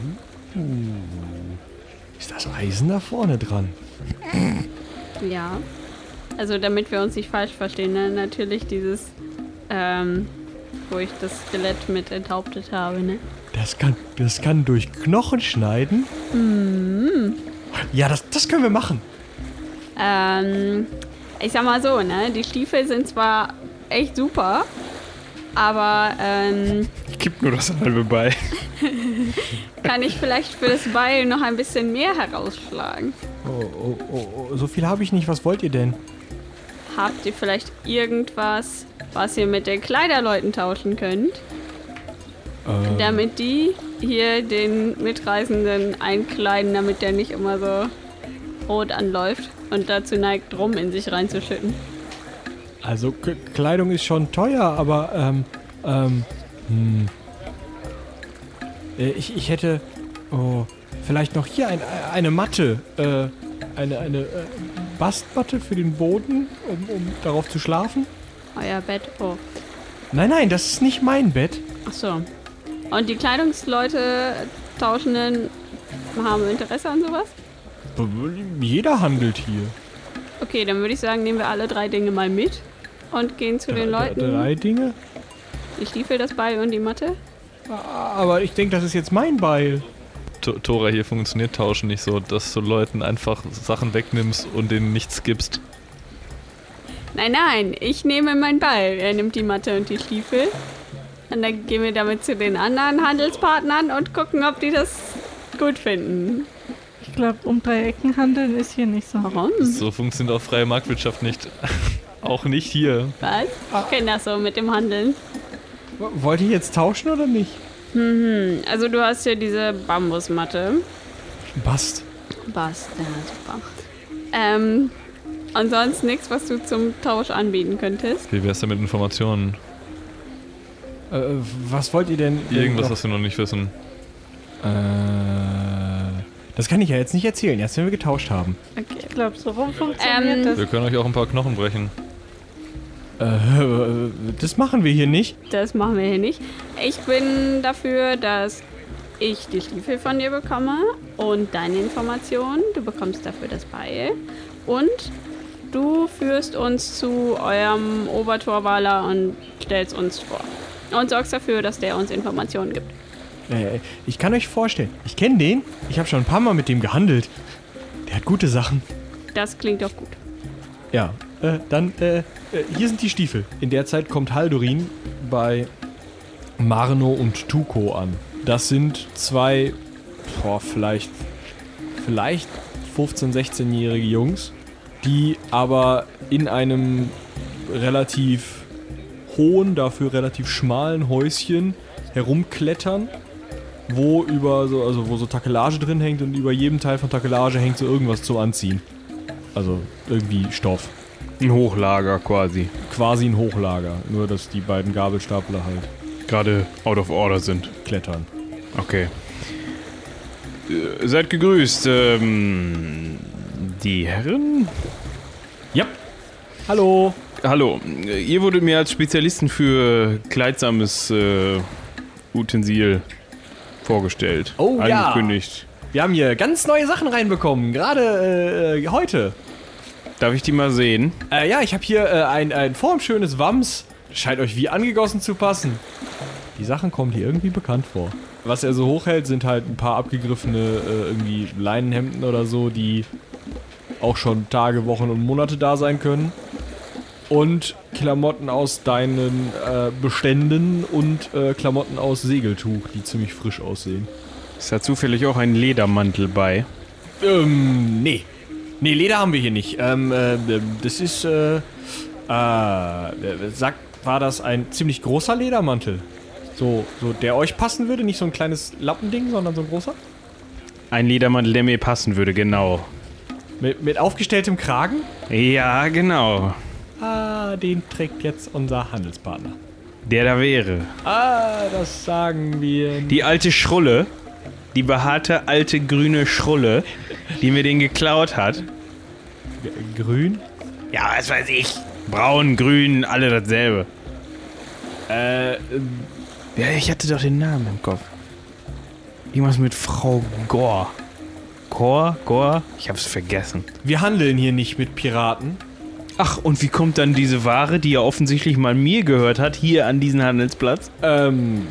Ist das Eisen da vorne dran? Ja. Also damit wir uns nicht falsch verstehen, ne? Natürlich dieses, ähm, wo ich das Skelett mit enthauptet habe, ne? Das kann, das kann durch Knochen schneiden? Mhm. Ja, das, das können wir machen. Ähm, ich sag mal so, ne? Die Stiefel sind zwar echt super, aber, ähm, Ich kipp nur das halbe bei. kann ich vielleicht für das Beil noch ein bisschen mehr herausschlagen? Oh, oh, oh, oh, so viel habe ich nicht. Was wollt ihr denn? Habt ihr vielleicht irgendwas, was ihr mit den Kleiderleuten tauschen könnt? Äh, Damit die hier den Mitreisenden einkleiden, damit der nicht immer so rot anläuft und dazu neigt, Rum in sich reinzuschütten. Also K- Kleidung ist schon teuer, aber ähm, ähm, hm. Äh, ich, ich hätte, oh, vielleicht noch hier ein, eine Matte, äh, eine, eine äh, Bastmatte für den Boden, um, um darauf zu schlafen. Euer Bett, oh. Nein, nein, das ist nicht mein Bett. Ach so. Und die Kleidungsleute, Tauschenden, haben Interesse an sowas? Jeder handelt hier. Okay, dann würde ich sagen, nehmen wir alle drei Dinge mal mit und gehen zu den Drei- Leuten. Drei Dinge? Die Stiefel, das Beil und die Matte. Aber ich denke, das ist jetzt mein Beil. To- Tora, hier funktioniert Tauschen nicht so, dass du Leuten einfach Sachen wegnimmst und denen nichts gibst. Nein, nein, ich nehme mein Beil. Er nimmt die Matte und die Stiefel. Und dann gehen wir damit zu den anderen Handelspartnern und gucken, ob die das gut finden. Ich glaube, um drei Ecken handeln ist hier nicht so. Warum? So funktioniert auch freie Marktwirtschaft nicht. Auch nicht hier. Was? Ich kenne das so mit dem Handeln. Wollt ihr jetzt tauschen oder nicht? Mhm. Also du hast hier diese Bambusmatte. Bast. Passt, ja, super. Ähm, und sonst nichts, was du zum Tausch anbieten könntest? Wie wär's denn mit Informationen? Äh, was wollt ihr denn? Irgendwas, noch? was wir noch nicht wissen. Äh, das kann ich ja jetzt nicht erzählen, erst wenn wir getauscht haben. Okay. Ich glaube, so rum funktioniert Ähm, das. Wir können euch auch ein paar Knochen brechen. Äh, das machen wir hier nicht. Das machen wir hier nicht. Ich bin dafür, dass ich die Stiefel von dir bekomme und deine Informationen. Du bekommst dafür das Beil. Und du führst uns zu eurem Obertorwaler und stellst uns vor. Und sorgst dafür, dass der uns Informationen gibt. Äh, ich kann euch vorstellen, ich kenne den. Ich habe schon ein paar Mal mit dem gehandelt. Der hat gute Sachen. Das klingt doch gut. Ja, äh, dann, äh, äh, hier sind die Stiefel. In der Zeit kommt Haldorin bei Marno und Tuko an. Das sind zwei, boah, vielleicht, vielleicht fünfzehn-, sechzehnjährige Jungs, die aber in einem relativ hohen, dafür relativ schmalen Häuschen herumklettern, wo über so, also wo so Takelage drin hängt und über jedem Teil von Takelage hängt so irgendwas zum Anziehen. Also irgendwie Stoff. Ein Hochlager quasi. Quasi ein Hochlager, nur dass die beiden Gabelstapler halt Gerade out of order sind. klettern. Okay. Äh, seid gegrüßt. Ähm, die Herren? Ja. Hallo. Hallo. Ihr wurdet mir als Spezialisten für kleidsames äh, Utensil vorgestellt. Oh, ja. Angekündigt. Wir haben hier ganz neue Sachen reinbekommen, gerade äh, heute. Darf ich die mal sehen? Äh, ja, ich habe hier äh, ein, ein formschönes Wams. Scheint euch wie angegossen zu passen. Die Sachen kommen hier irgendwie bekannt vor. Was er so hochhält, sind halt ein paar abgegriffene äh, irgendwie Leinenhemden oder so, die auch schon Tage, Wochen und Monate da sein können. Und Klamotten aus deinen äh, Beständen und äh, Klamotten aus Segeltuch, die ziemlich frisch aussehen. Ist da zufällig auch ein Ledermantel bei? Ähm, nee. Nee, Leder haben wir hier nicht. Ähm, äh, das ist, äh, äh, sagt, war das ein ziemlich großer Ledermantel? So, so, der euch passen würde? Nicht so ein kleines Lappending, sondern so ein großer? Ein Ledermantel, der mir passen würde, genau. Mit, mit aufgestelltem Kragen? Ja, genau. Ah, den trägt jetzt unser Handelspartner. Der da wäre. Ah, das sagen wir. Die alte Schrulle. Die behaarte alte grüne Schrulle, die mir den geklaut hat. G- grün? Ja, was weiß ich. Braun, grün, alle dasselbe. Äh, Ja, ich hatte doch den Namen im Kopf. Irgendwas mit Frau Gore. Gore? Gore? Ich hab's vergessen. wir handeln hier nicht mit Piraten. Ach, und wie kommt dann diese Ware, die ja offensichtlich mal mir gehört hat, hier an diesen Handelsplatz? Ähm,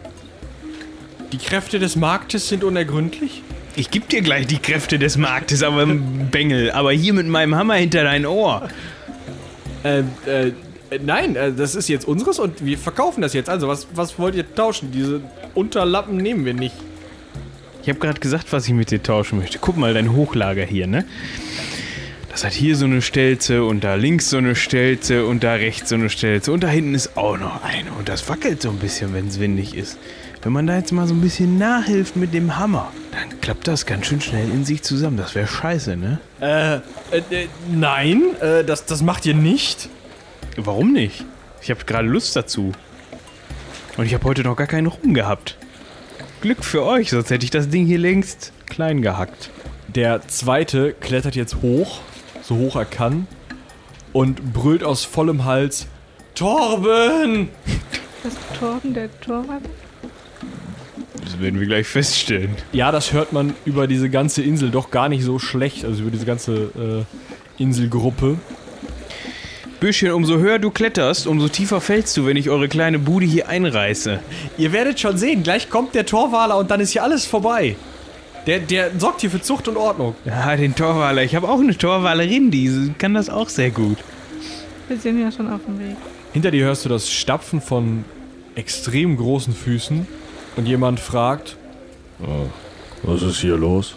die Kräfte des Marktes sind unergründlich? Ich geb dir gleich die Kräfte des Marktes, aber Bengel. Aber hier mit meinem Hammer hinter dein Ohr. Äh, äh, nein, äh, das ist jetzt unseres und wir verkaufen das jetzt. Also, was, was wollt ihr tauschen? Diese Unterlappen nehmen wir nicht. Ich habe gerade gesagt, was ich mit dir tauschen möchte. Guck mal, dein Hochlager hier, ne? Das hat hier so eine Stelze und da links so eine Stelze und da rechts so eine Stelze und da hinten ist auch noch eine. Und das wackelt so ein bisschen, wenn es windig ist. wenn man da jetzt mal so ein bisschen nachhilft mit dem Hammer, dann klappt das ganz schön schnell in sich zusammen. Das wäre scheiße, ne? Äh, äh, äh nein, äh, das, das macht ihr nicht. Warum nicht? Ich habe gerade Lust dazu. Und ich habe heute noch gar keinen Rum gehabt. Glück für euch, sonst hätte ich das Ding hier längst klein gehackt. Der zweite klettert jetzt hoch, so hoch er kann, und brüllt aus vollem Hals: Torben! Das ist Torben, der Torwart? Das werden wir gleich feststellen. Ja, das hört man über diese ganze Insel doch gar nicht so schlecht, also über diese ganze äh, Inselgruppe. Büschchen, umso höher du kletterst, umso tiefer fällst du, wenn ich eure kleine Bude hier einreiße. Ihr werdet schon sehen, gleich kommt der Torwaler und dann ist hier alles vorbei. Der, der sorgt hier für Zucht und Ordnung. Ja, den Torwaler. Ich habe auch eine Torwalerin, die kann das auch sehr gut. Wir sind ja schon auf dem Weg. Hinter dir hörst du das Stapfen von extrem großen Füßen und jemand fragt: oh, was ist hier los?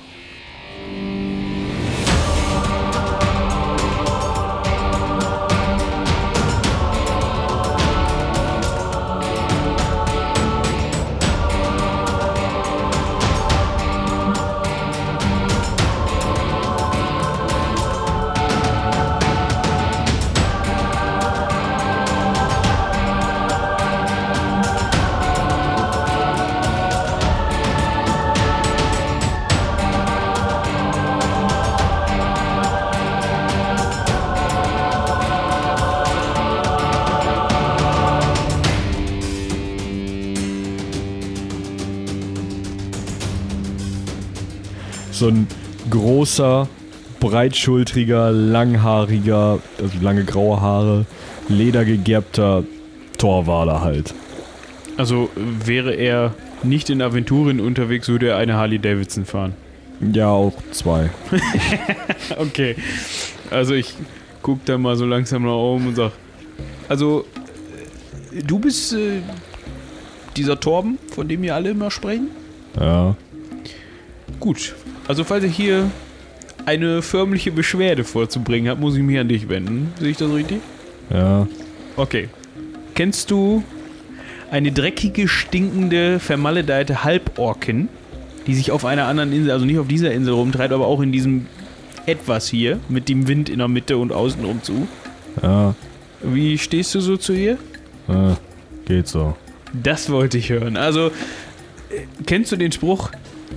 So ein großer, breitschultriger, langhaariger, also lange graue Haare, ledergegerbter Torwaler halt. Also wäre er nicht in Aventurien unterwegs, würde er eine Harley Davidson fahren. Ja, auch zwei. Okay. Also ich guck da mal so langsam nach oben und sag, also du bist äh, dieser Torben, von dem ihr alle immer sprechen? Ja. Gut. Also falls ich hier eine förmliche Beschwerde vorzubringen habe, muss ich mich an dich wenden. Sehe ich das richtig? Ja. Okay. Kennst du eine dreckige, stinkende, vermaledeite Halborkin, die sich auf einer anderen Insel, also nicht auf dieser Insel rumtreibt, aber auch in diesem etwas hier, mit dem Wind in der Mitte und außenrum zu? Ja. Wie stehst du so zu ihr? Ja, geht so. Das wollte ich hören. Also, kennst du den Spruch,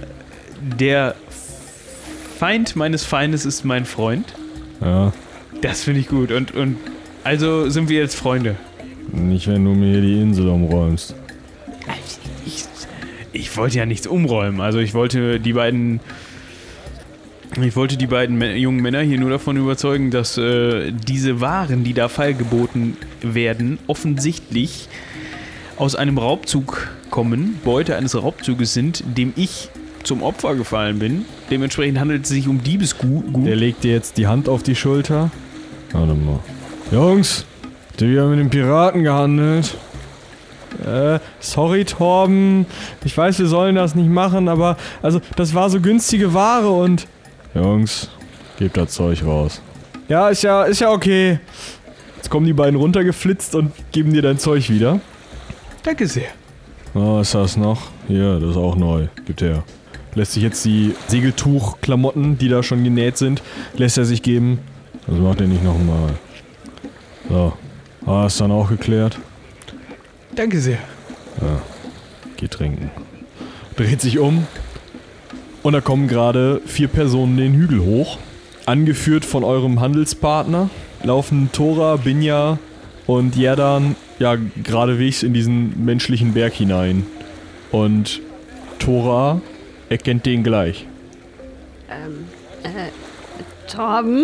der Feind meines Feindes ist mein Freund? Ja. Das finde ich gut. Und, und also sind wir jetzt Freunde. Nicht, wenn du mir hier die Insel umräumst. Ich, ich wollte ja nichts umräumen. Also ich wollte die beiden ich wollte die beiden jungen Männer hier nur davon überzeugen, dass äh, diese Waren, die da feilgeboten werden, offensichtlich aus einem Raubzug kommen, Beute eines Raubzuges sind, dem ich zum Opfer gefallen bin. Dementsprechend handelt es sich um Diebesgut. Der legt dir jetzt die Hand auf die Schulter. Warte mal. Jungs, die haben mit den Piraten gehandelt. Äh, sorry Torben. Ich weiß, wir sollen das nicht machen, aber also das war so günstige Ware und... Jungs, gebt das Zeug raus. Ja, ist ja, ist ja okay. Jetzt kommen die beiden runtergeflitzt und geben dir dein Zeug wieder. Danke sehr. Oh, was ist das noch? Hier, das ist auch neu. Gibt her. Lässt sich jetzt die Segeltuch-Klamotten, die da schon genäht sind, lässt er sich geben. Das macht er nicht nochmal. So. Ah, ist dann auch geklärt. Danke sehr. Ja. Geht trinken. Dreht sich um. Und da kommen gerade vier Personen den Hügel hoch. Angeführt von eurem Handelspartner. Laufen Tora, Binja und Jerdan ja geradewegs in diesen menschlichen Berg hinein. Und Tora erkennt den gleich. Ähm, äh, Torben?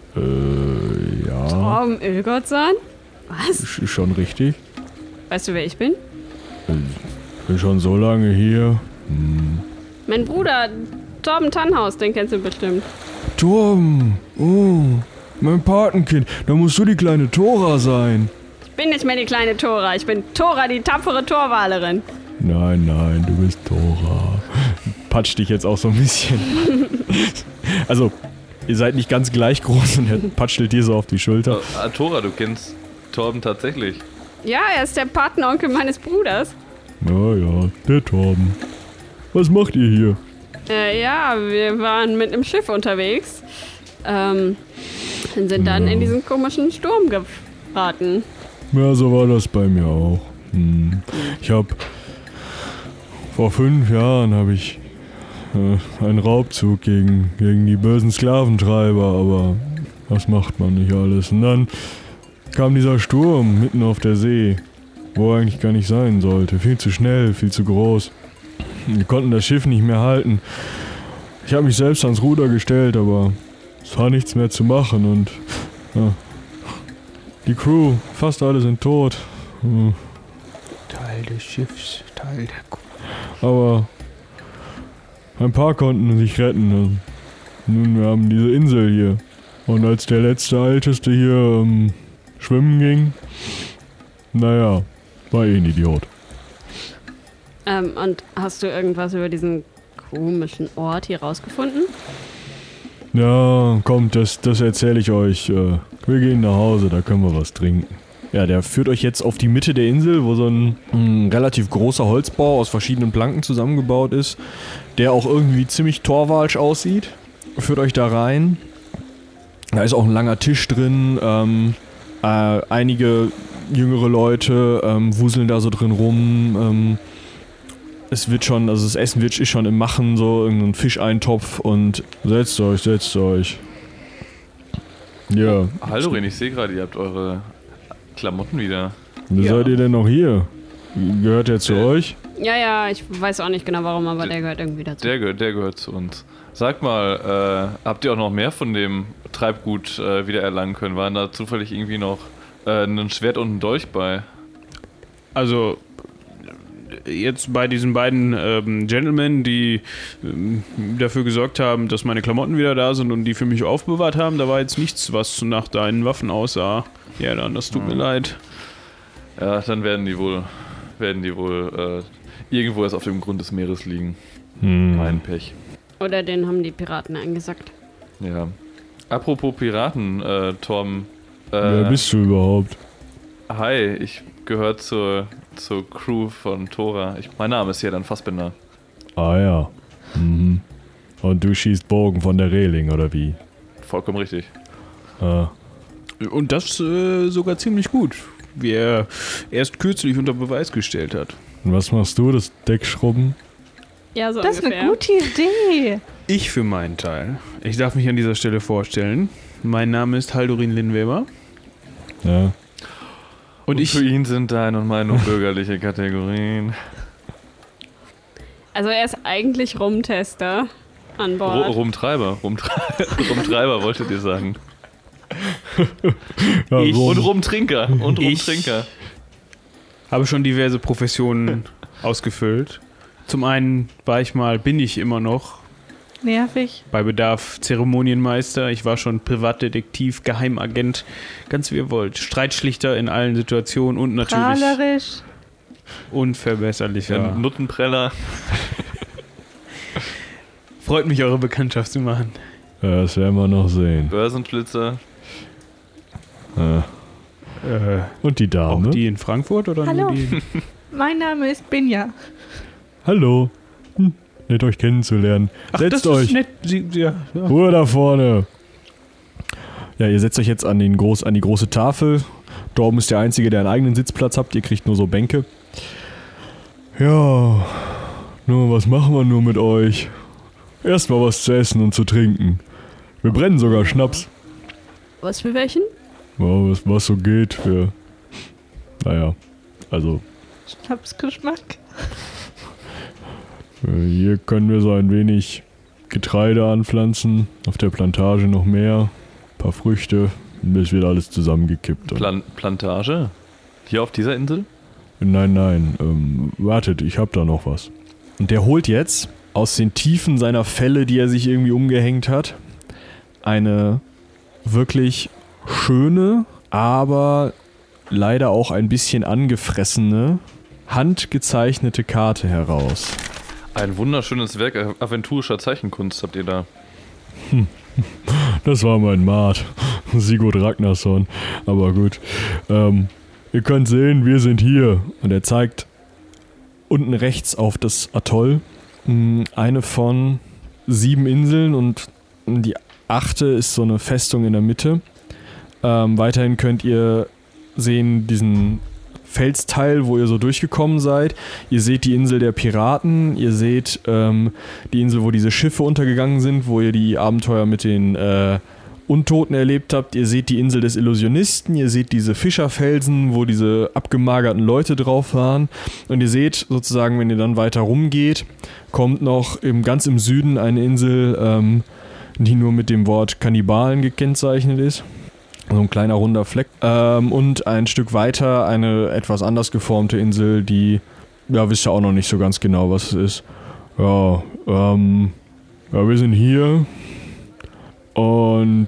Äh, ja. Torben Ölgottsson? Was? Ist schon richtig. Weißt du, wer ich bin? Ich bin schon so lange hier. Hm. Mein Bruder, Torben Tannhaus, den kennst du bestimmt. Torben, oh, mein Patenkind. Da musst du die kleine Tora sein. Ich bin nicht mehr die kleine Tora, ich bin Tora, die tapfere Torwalerin. Nein, nein, du bist Tora. Patsch dich jetzt auch so ein bisschen. Also, ihr seid nicht ganz gleich groß und er patschelt dir so auf die Schulter. Ah, Tora, du kennst Torben tatsächlich. Ja, er ist der Patenonkel meines Bruders. Ja, ja, der Torben. Was macht ihr hier? Äh, ja, wir waren mit einem Schiff unterwegs. Ähm, und sind dann Ja. in diesen komischen Sturm geraten. Ja, so war das bei mir auch. Hm. Ich hab vor fünf Jahren habe ich äh, einen Raubzug gegen, gegen die bösen Sklaventreiber, aber das macht man nicht alles. Und dann kam dieser Sturm mitten auf der See, wo er eigentlich gar nicht sein sollte. Viel zu schnell, viel zu groß. Wir konnten das Schiff nicht mehr halten. Ich habe mich selbst ans Ruder gestellt, aber es war nichts mehr zu machen und ja, die Crew, fast alle sind tot. Hm. Teil des Schiffs, Teil der Kuh. Aber ein paar konnten sich retten. Nun, wir haben diese Insel hier. Und als der letzte Älteste hier ähm, schwimmen ging, naja, war eh ein Idiot. Ähm, und hast du irgendwas über diesen komischen Ort hier rausgefunden? Ja, kommt, das, das erzähle ich euch. Äh, wir gehen nach Hause, da können wir was trinken. Ja, der führt euch jetzt auf die Mitte der Insel, wo so ein, ein relativ großer Holzbau aus verschiedenen Planken zusammengebaut ist, der auch irgendwie ziemlich torwalsch aussieht. Führt euch da rein. Da ist auch ein langer Tisch drin. Ähm, äh, einige jüngere Leute ähm, wuseln da so drin rum. Ähm, es wird schon, also das Essen wird ist schon im Machen, so irgendein Fischeintopf und Setzt euch, setzt euch. Ja, Haldorin, ich sehe gerade, ihr habt eure Klamotten wieder. wie Ja. seid ihr denn noch hier? Gehört der zu Äh, euch? Ja, ja, ich weiß auch nicht genau warum, aber der gehört irgendwie dazu. Der, gehört- der gehört zu uns. Sag mal, äh, habt ihr auch noch mehr von dem Treibgut äh, wieder erlangen können? Waren da zufällig irgendwie noch äh, ein Schwert und ein Dolch bei? Also, jetzt bei diesen beiden ähm, Gentlemen, die ähm, dafür gesorgt haben, dass meine Klamotten wieder da sind und die für mich aufbewahrt haben, da war jetzt nichts, was nach deinen Waffen aussah. Ja, dann, das tut mir leid. Ja, dann werden die wohl, werden die wohl äh, irgendwo erst auf dem Grund des Meeres liegen. Hm. Mein Pech. Oder den haben die Piraten eingesackt. Ja. Apropos Piraten, äh, Tom. Äh, Wer bist du überhaupt? Hi, ich gehöre zur, zur Crew von Thora. Ich, mein Name ist Jedan Fassbinder. Ah ja. Mhm. Und du schießt Bogen von der Reling, oder wie? Vollkommen richtig. Ah. Und das äh, sogar ziemlich gut, wie er erst kürzlich unter Beweis gestellt hat. Und was machst du, das Deck schrubben? Ja, so Das ist ungefähr. eine gute Idee. Ich für meinen Teil, ich darf mich an dieser Stelle vorstellen. Mein Name ist Haldorin Lindweber. Ja. Und, Und ich für ihn sind deine und meine nur bürgerliche Kategorien. Also er ist eigentlich Rumtester an Ru- Bord. Rumtreiber. Rumtre- Rumtreiber wolltet ihr sagen. Ja, Ich- rum. Und Rumtrinker. Und Ich- Rumtrinker. habe schon diverse Professionen ausgefüllt. Zum einen war ich mal, bin ich immer noch Nervig. bei Bedarf Zeremonienmeister. Ich war schon Privatdetektiv, Geheimagent, ganz wie ihr wollt. Streitschlichter in allen Situationen und natürlich Prahlerisch. unverbesserlicher. Ein Nuttenpreller. Freut mich, eure Bekanntschaft zu machen. Ja, das werden wir noch sehen. Börsenschlitzer. Ja. Äh, Und die auch Dame? die in Frankfurt oder Hallo. nur die? Mein Name ist Binja. Hallo. Hm, nett euch kennenzulernen. Setzt das euch. ist nett. Sie, ja, ja. Ruhe da vorne. Ja, ihr setzt euch jetzt an, den groß, an die große Tafel. Dorben ist der Einzige, der einen eigenen Sitzplatz habt. Ihr kriegt nur so Bänke. Ja, nur was machen wir nur mit euch? Erstmal was zu essen und zu trinken. Wir brennen sogar Schnaps. Was für welchen? Ja, was, was so geht. Wir, naja, also Schnapsgeschmack. äh, hier können wir so ein wenig Getreide anpflanzen. Auf der Plantage noch mehr. Ein paar Früchte. Es wird alles zusammengekippt. Und Plan- Plantage? Hier auf dieser Insel? Nein, nein, ähm, wartet, ich hab da noch was. Und der holt jetzt aus den Tiefen seiner Felle, die er sich irgendwie umgehängt hat, eine wirklich schöne, aber leider auch ein bisschen angefressene, handgezeichnete Karte heraus. Ein wunderschönes Werk aventurischer Zeichenkunst habt ihr da. Das war mein Mart, Sigurd Ragnarsson. Aber gut, ähm, ihr könnt sehen, wir sind hier. Und er zeigt unten rechts auf das Atoll. Eine von sieben Inseln und die achte ist so eine Festung in der Mitte. Ähm, weiterhin könnt ihr sehen diesen Felsteil, wo ihr so durchgekommen seid. Ihr seht die Insel der Piraten, ihr seht ähm, die Insel, wo diese Schiffe untergegangen sind, wo ihr die Abenteuer mit den äh, Untoten erlebt habt. Ihr seht die Insel des Illusionisten, ihr seht diese Fischerfelsen, wo diese abgemagerten Leute drauf waren. Und ihr seht sozusagen, wenn ihr dann weiter rumgeht, kommt noch im, ganz im Süden eine Insel, ähm, die nur mit dem Wort Kannibalen gekennzeichnet ist. So ein kleiner runder Fleck. Ähm, und ein Stück weiter eine etwas anders geformte Insel, die, ja, wisst ihr auch noch nicht so ganz genau, was es ist. Ja, ähm, ja, wir sind hier. Und,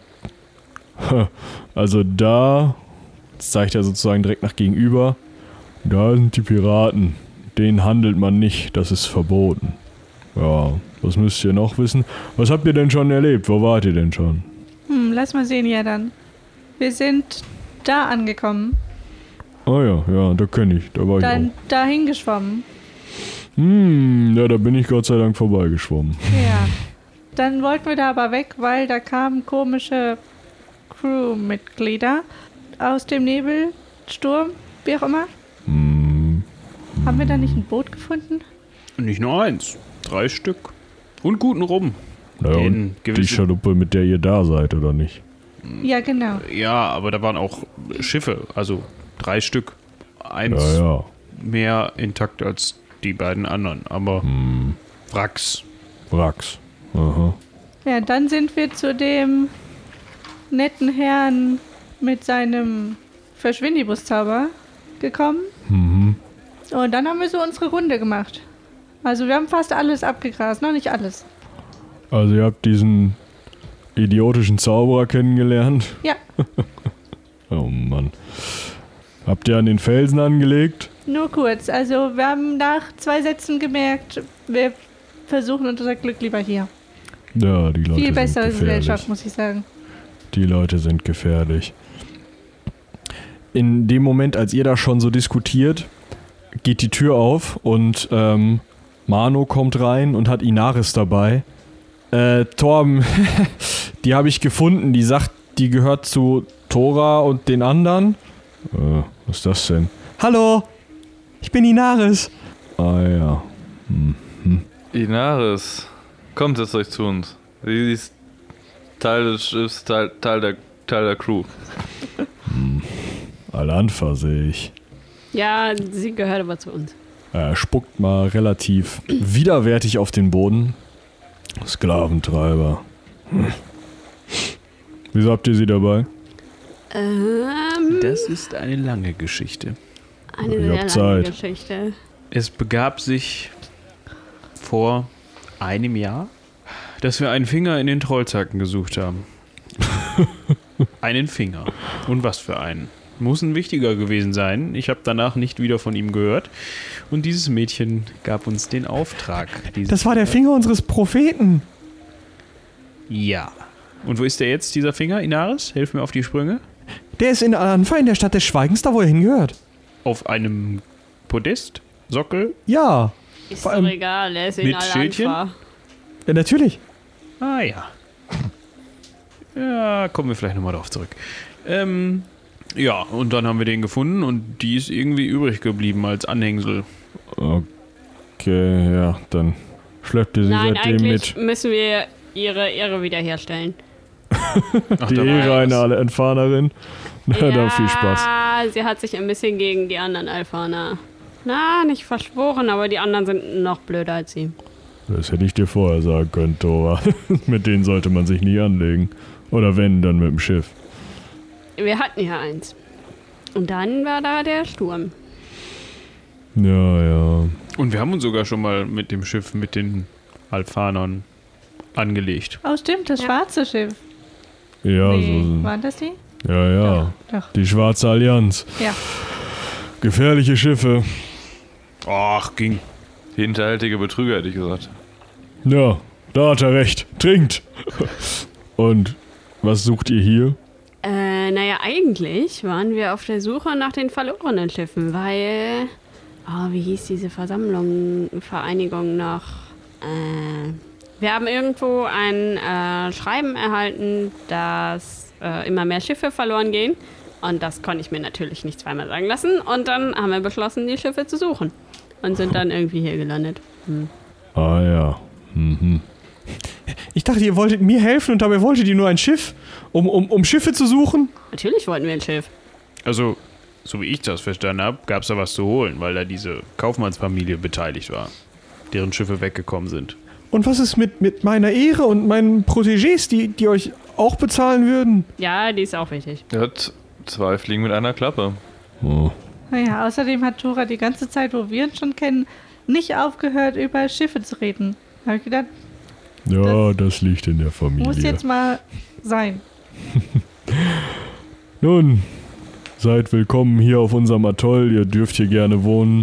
also da, jetzt zeigt er sozusagen direkt nach gegenüber, da sind die Piraten. Denen handelt man nicht, das ist verboten. Ja, was müsst ihr noch wissen? Was habt ihr denn schon erlebt? Wo wart ihr denn schon? Hm, lass mal sehen, ja dann. Wir sind da angekommen. Ah ja, ja, da kenne ich, da war ich Dann auch. dahin geschwommen. Hm, ja, da bin ich Gott sei Dank vorbeigeschwommen. Ja. Dann wollten wir da aber weg, weil da kamen komische Crewmitglieder aus dem Nebelsturm, wie auch immer. Hm. Haben wir da nicht ein Boot gefunden? Nicht nur eins, drei Stück. Und guten Rum. Naja, Den und die gewissen- Schaluppe, mit der ihr da seid, oder nicht? Ja, genau. Ja, aber da waren auch Schiffe, also drei Stück. Eins Ja, ja. mehr intakt als die beiden anderen, aber Wracks. Wracks. Aha. Ja, dann sind wir zu dem netten Herrn mit seinem Verschwindibus-Zauber gekommen. Mhm. Und dann haben wir so unsere Runde gemacht. Also wir haben fast alles abgegrast, noch nicht alles. Also ihr habt diesen idiotischen Zauberer kennengelernt? Ja, Oh Mann. Habt ihr an den Felsen angelegt? nur kurz. Also wir haben nach zwei Sätzen gemerkt, wir versuchen unser Glück lieber hier. Ja, die Leute Viel sind bessere gefährlich. Gesellschaft, muss ich sagen. Die Leute sind gefährlich. In dem Moment, als ihr da schon so diskutiert, geht die Tür auf und ähm, Mano kommt rein und hat Inaris dabei. Äh, Torben, die habe ich gefunden. Die sagt, die gehört zu Tora und den anderen. Äh, was ist das denn? Hallo, ich bin Inaris. Ah ja. Hm. Inaris, kommt jetzt euch zu uns. Sie ist Teil des Schiffs, Teil, Teil, der, Teil der Crew. Alanfa sehe ich. Ja, sie gehört aber zu uns. Er spuckt mal relativ widerwärtig auf den Boden. Sklaventreiber. Hm. Wieso habt ihr sie dabei? Ähm, Das ist eine lange Geschichte. eine Ich sehr hab lange Zeit. Geschichte. Es begab sich vor einem Jahr, dass wir einen Finger in den Trollzacken gesucht haben. Einen Finger. Und was für einen. Muss ein wichtiger gewesen sein. Ich habe danach nicht wieder von ihm gehört. Und dieses Mädchen gab uns den Auftrag. Das war der Finger unseres Propheten. Ja. Und wo ist der jetzt, dieser Finger, Inaris? Hilf mir auf die Sprünge. Der ist in Alanfa in der Stadt des Schweigens, da wo er hingehört. Auf einem Podest? Sockel? Ja, Ist Vor doch allem egal, er ist in mit Schildchen? Alanfa. ja natürlich. Ah ja. Ja, kommen wir vielleicht nochmal darauf zurück. Ähm, ja, und dann haben wir den gefunden und die ist irgendwie übrig geblieben als Anhängsel. Okay, ja, dann schleppt ihr sie Nein, seitdem eigentlich mit. müssen wir ihre Ehre wiederherstellen. Ach, Die da war Ehre was. einer Entfahnerin. Na, dann viel Spaß. Ja, sie hat sich ein bisschen gegen die anderen Alphaner. Na, nicht verschworen, aber die anderen sind noch blöder als sie. Das hätte ich dir vorher sagen können, Tora. Mit denen sollte man sich nie anlegen. Oder wenn, dann mit dem Schiff. Wir hatten ja eins. Und dann war da der Sturm. Ja, ja. Und wir haben uns sogar schon mal mit dem Schiff, mit den Alphanern angelegt. Oh, stimmt, das Ja. schwarze Schiff. Ja, Nee, so. waren das die? Ja, ja. Doch. Die Schwarze Allianz. Ja. Gefährliche Schiffe. Ach, ging. Hinterhältige Betrüger, hätte ich gesagt. Ja, da hat er recht. Trinkt. Und was sucht ihr hier? Äh, naja, eigentlich waren wir auf der Suche nach den verlorenen Schiffen, weil Oh, wie hieß diese Versammlung, Vereinigung noch? Äh, wir haben irgendwo ein äh, Schreiben erhalten, dass äh, immer mehr Schiffe verloren gehen. Und das konnte ich mir natürlich nicht zweimal sagen lassen. Und dann haben wir beschlossen, die Schiffe zu suchen. Und sind dann irgendwie hier gelandet. Hm. Ah ja. Mhm. Ich dachte, ihr wolltet mir helfen und dabei wolltet ihr nur ein Schiff, um, um, um Schiffe zu suchen? Natürlich wollten wir ein Schiff. Also, so wie ich das verstanden habe, gab es da was zu holen, weil da diese Kaufmannsfamilie beteiligt war, deren Schiffe weggekommen sind. Und was ist mit, mit meiner Ehre und meinen Protégés, die, die euch auch bezahlen würden? Ja, die ist auch wichtig. Er hat zwei Fliegen mit einer Klappe. Oh. Naja, außerdem hat Tora die ganze Zeit, wo wir uns schon kennen, nicht aufgehört, über Schiffe zu reden. Da habe ich gedacht, Ja, das liegt in der Familie. muss jetzt mal sein. Nun, seid willkommen hier auf unserem Atoll. Ihr dürft hier gerne wohnen.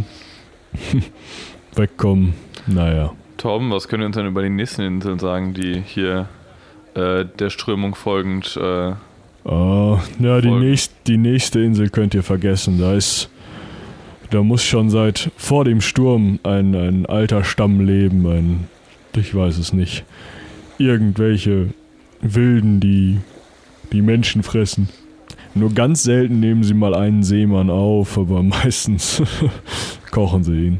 Wegkommen. Naja. Torben, was können wir uns denn über die nächsten Inseln sagen, die hier äh, der Strömung folgend... Äh, Ah, ja, die, Folgen. nächst, die nächste Insel könnt ihr vergessen. Da ist... Da muss schon seit vor dem Sturm ein, ein alter Stamm leben. Ein... Ich weiß es nicht. Irgendwelche Wilden, die... die Menschen fressen. Nur ganz selten nehmen sie mal einen Seemann auf, aber meistens kochen sie ihn.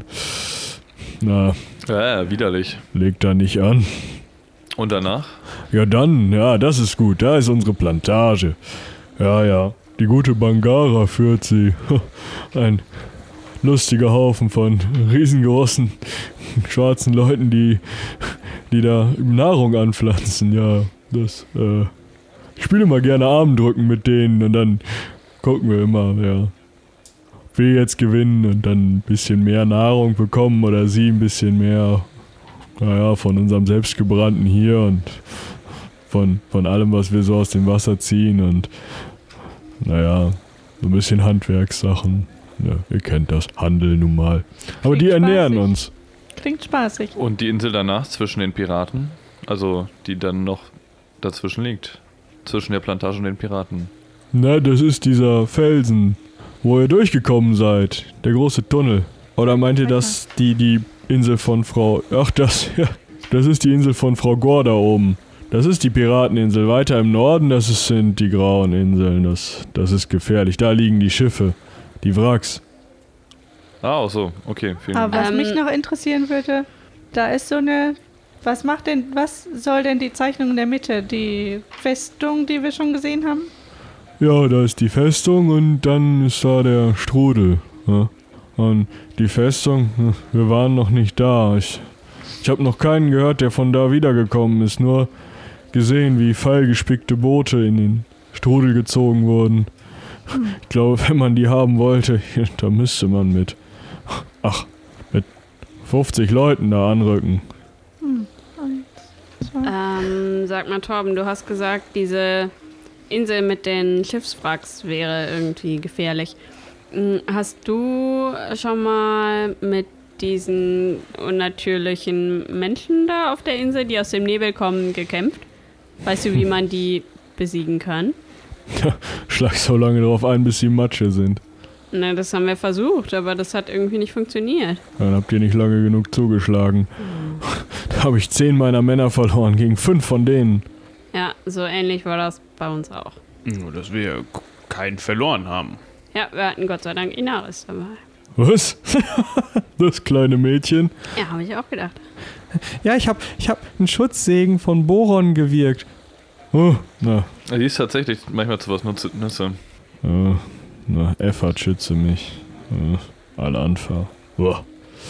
Na, ja, widerlich. legt da nicht an. Und danach? Ja dann, ja, das ist gut. Da ist unsere Plantage. Ja, ja. Die gute Bangara führt sie. Ein lustiger Haufen von riesengroßen schwarzen Leuten, die, die da Nahrung anpflanzen. Ja, das, äh... Ich spiele mal gerne Armdrücken mit denen und dann gucken wir immer, ja. Ob wir jetzt gewinnen und dann ein bisschen mehr Nahrung bekommen oder sie ein bisschen mehr, naja, von unserem selbstgebrannten hier und von, von allem, was wir so aus dem Wasser ziehen und, naja, so ein bisschen Handwerkssachen. Ja, ihr kennt das, Handel nun mal. Aber Klingt die ernähren spaßig. uns. Klingt spaßig. Und die Insel danach zwischen den Piraten? Also, die dann noch dazwischen liegt. Zwischen der Plantage und den Piraten. Na, das ist dieser Felsen, wo ihr durchgekommen seid. Der große Tunnel. Oder meint ihr das die, die Insel von Frau... Ach, das, ja. Das ist die Insel von Frau Gore da oben. Das ist die Pirateninsel. Weiter im Norden, das ist, sind die grauen Inseln. Das, das ist gefährlich. Da liegen die Schiffe. Die Wracks. Ah, auch so. Okay, vielen Aber Dank. was Ähm, mich noch interessieren würde, da ist so eine... Was macht denn, was soll denn die Zeichnung in der Mitte? Die Festung, die wir schon gesehen haben? Ja, da ist die Festung und dann ist da der Strudel. Ja. Und die Festung, ja, wir waren noch nicht da. Ich, ich habe noch keinen gehört, der von da wiedergekommen ist. Nur gesehen, wie pfeilgespickte Boote in den Strudel gezogen wurden. Hm. Ich glaube, wenn man die haben wollte, da müsste man mit, ach, mit fünfzig Leuten da anrücken. Hm. Und zwei. Ähm, sag mal, Torben, du hast gesagt, diese Insel mit den Schiffswracks wäre irgendwie gefährlich. Hm, Hast du schon mal mit diesen unnatürlichen Menschen da auf der Insel, die aus dem Nebel kommen, gekämpft? Weißt du, wie man die besiegen kann? Schlag so lange drauf ein, bis sie Matsche sind. Na, das haben wir versucht, aber das hat irgendwie nicht funktioniert. Dann habt ihr nicht lange genug zugeschlagen. Da habe ich zehn meiner Männer verloren gegen fünf von denen. Ja, so ähnlich war das bei uns auch. Nur, dass wir keinen verloren haben. Ja, wir hatten Gott sei Dank Inaris dabei. Was? Das kleine Mädchen? Ja, habe ich auch gedacht. Ja, ich habe ich hab einen Schutzsegen von Boron gewirkt. Oh, na, Die ist tatsächlich manchmal zu was Nutze. Nüsse. äh, na, Effert schütze mich. Äh, Al-Anfa. Uah.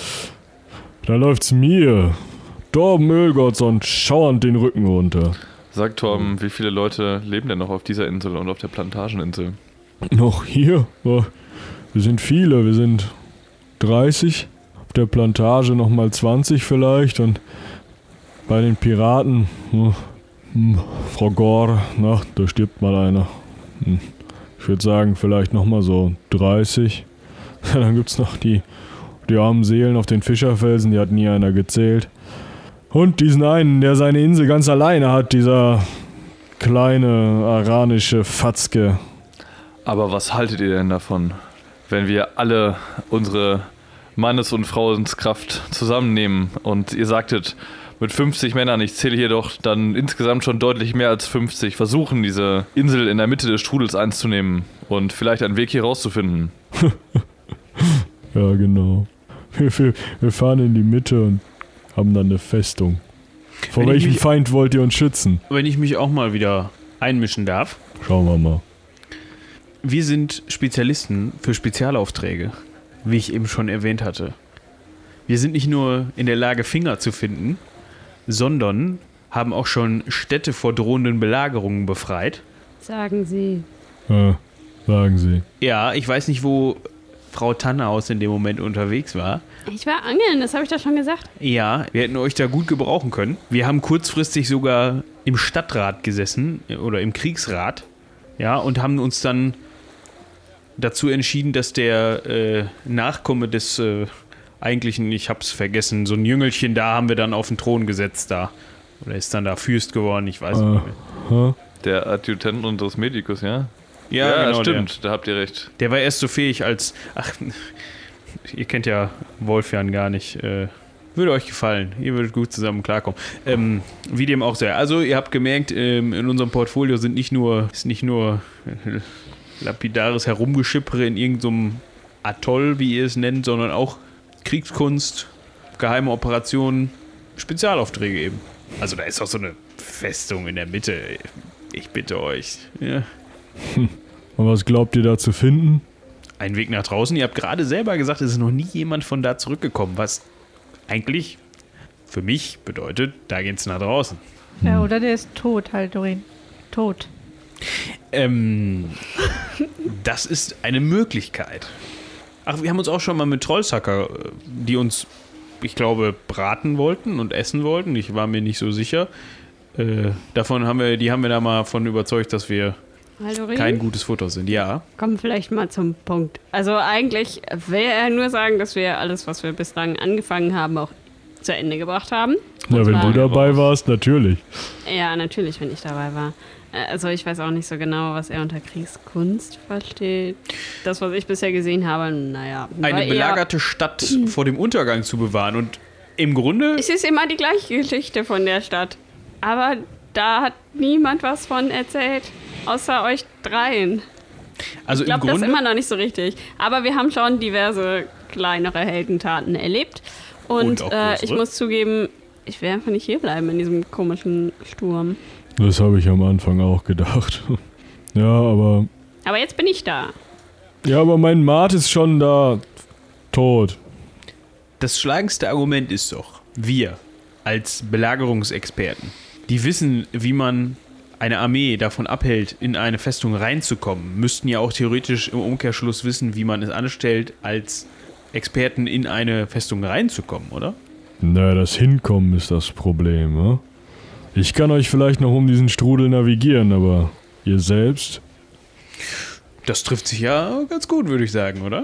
Da läuft's mir. Torben Ölgottsson schauernd den Rücken runter. Sag Torben, wie viele Leute leben denn noch auf dieser Insel und auf der Plantageninsel? Noch hier? Oh, wir sind viele, wir sind dreißig. Auf der Plantage nochmal zwanzig vielleicht und bei den Piraten, oh, hm, Frau Gore, na, da stirbt mal einer. Hm, ich würde sagen, vielleicht nochmal so dreißig. Dann gibt's noch die, die armen Seelen auf den Fischerfelsen, die hat nie einer gezählt. Und diesen einen, der seine Insel ganz alleine hat, dieser kleine aranische Fatzke. Aber was haltet ihr denn davon, wenn wir alle unsere Mannes- und Frauenskraft zusammennehmen und ihr sagtet, mit fünfzig Männern, ich zähle hier doch dann insgesamt schon deutlich mehr als fünfzig, versuchen diese Insel in der Mitte des Strudels einzunehmen und vielleicht einen Weg hier rauszufinden. Ja, genau. Wir, wir, wir fahren in die Mitte und haben dann eine Festung. Vor Wenn ich welchem mich- Feind wollt ihr uns schützen? Wenn ich mich auch mal wieder einmischen darf. Schauen wir mal. Wir sind Spezialisten für Spezialaufträge, wie ich eben schon erwähnt hatte. Wir sind nicht nur in der Lage, Finger zu finden, sondern haben auch schon Städte vor drohenden Belagerungen befreit. Sagen Sie. Ja, sagen Sie. Ja, ich weiß nicht, wo Frau Tannhaus in dem Moment unterwegs war. Ich war angeln, das habe ich doch schon gesagt. Ja, wir hätten euch da gut gebrauchen können. Wir haben kurzfristig sogar im Stadtrat gesessen oder im Kriegsrat, ja, und haben uns dann dazu entschieden, dass der äh, Nachkomme des äh, eigentlichen, ich hab's vergessen, so ein Jüngelchen da haben wir dann auf den Thron gesetzt da. Oder ist dann da Fürst geworden, ich weiß Äh, nicht mehr. hä? Der Adjutant unseres Medikus, ja? Ja, genau, stimmt, da habt ihr recht. Der, der war erst so fähig als, ach, ihr kennt ja Wolfjan gar nicht, äh, würde euch gefallen, ihr würdet gut zusammen klarkommen. Ähm, wie dem auch sei. Also ihr habt gemerkt, ähm, in unserem Portfolio sind nicht nur, ist nicht nur äh, lapidares Herumgeschippere in irgendeinem Atoll, wie ihr es nennt, sondern auch Kriegskunst, geheime Operationen, Spezialaufträge eben. Also da ist auch so eine Festung in der Mitte. Ich bitte euch. Ja. Und was glaubt ihr da zu finden? Ein Weg nach draußen. Ihr habt gerade selber gesagt, es ist noch nie jemand von da zurückgekommen, was eigentlich für mich bedeutet, da geht's nach draußen. Ja, oder der ist tot, halt, Dorin. Tot. Ähm, das ist eine Möglichkeit. Ach, wir haben uns auch schon mal mit Trollsacker, die uns, ich glaube, braten wollten und essen wollten. Ich war mir nicht so sicher. Äh, davon haben wir, die haben wir da mal von überzeugt, dass wir Haldorin? kein gutes Futter sind. Ja. Komm vielleicht mal zum Punkt. Also eigentlich will er nur sagen, dass wir alles, was wir bislang angefangen haben, auch zu Ende gebracht haben. Ja, Und wenn zwar- du dabei warst, natürlich. Ja, natürlich, wenn ich dabei war. Äh, Also ich weiß auch nicht so genau, was er unter Kriegskunst versteht. Das, was ich bisher gesehen habe, naja. war Eine eher- belagerte Stadt vor dem Untergang zu bewahren. Und im Grunde Es ist immer die gleiche Geschichte von der Stadt. Aber da hat niemand was von erzählt, außer euch dreien. Also Ich glaube im das Grunde, immer noch nicht so richtig. Aber wir haben schon diverse kleinere Heldentaten erlebt. Und, Und auch äh, ich größere. muss zugeben, ich will einfach nicht hierbleiben in diesem komischen Sturm. Das habe ich am Anfang auch gedacht. Ja, aber. Aber jetzt bin ich da. Ja, aber mein Mat ist schon da. Tot. das schlagendste Argument ist doch, wir als Belagerungsexperten, die wissen, wie man eine Armee davon abhält, in eine Festung reinzukommen, müssten ja auch theoretisch im Umkehrschluss wissen, wie man es anstellt, als Experten in eine Festung reinzukommen, oder? Na, das Hinkommen ist das Problem, ne? Ich kann euch vielleicht noch um diesen Strudel navigieren, aber ihr selbst? Das trifft sich ja ganz gut, würde ich sagen, oder?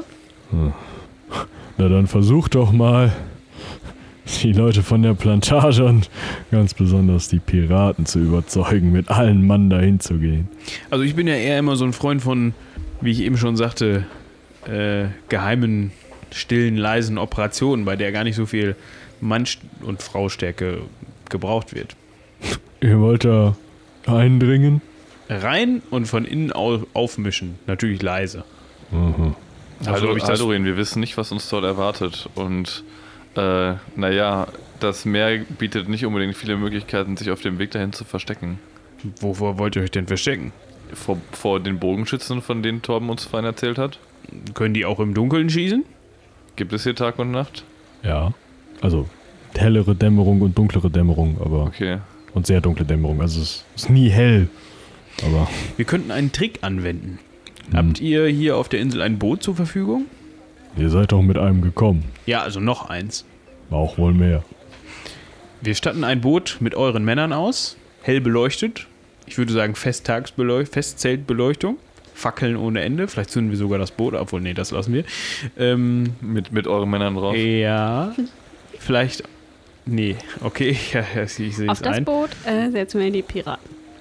Na dann versucht doch mal, die Leute von der Plantage und ganz besonders die Piraten zu überzeugen, mit allen Mann dahin zu gehen. Also ich bin ja eher immer so ein Freund von, wie ich eben schon sagte, äh, geheimen, stillen, leisen Operationen, bei der gar nicht so viel Mann- und Fraustärke gebraucht wird. Ihr wollt da eindringen? Rein und von innen au- aufmischen, natürlich leise. Mhm. Also, ob ich das- Haldorin, wir wissen nicht, was uns dort erwartet. Und äh, naja, das Meer bietet nicht unbedingt viele Möglichkeiten, sich auf dem Weg dahin zu verstecken. Wovor wollt ihr euch denn verstecken? Vor, vor den Bogenschützen, von denen Torben uns vorhin erzählt hat. Können die auch im Dunkeln schießen? Gibt es hier Tag und Nacht? Ja, also hellere Dämmerung und dunklere Dämmerung, aber Okay. und sehr dunkle Dämmerung. Also es ist nie hell, aber Wir könnten einen Trick anwenden. Hm. Habt ihr hier auf der Insel ein Boot zur Verfügung? ihr seid doch mit einem gekommen. Ja, also noch eins. Auch wohl mehr. Wir statten ein Boot mit euren Männern aus, hell beleuchtet. Ich würde sagen Festtagsbeleuchtung, Festzeltbeleuchtung. Fackeln ohne Ende. Vielleicht zünden wir sogar das Boot, obwohl, nee, das lassen wir. Ähm, Mit, mit euren Männern drauf. ja, vielleicht, nee, okay, ja, ja, ich sehe Auf es das ein. Boot äh, setzen wir die Piraten.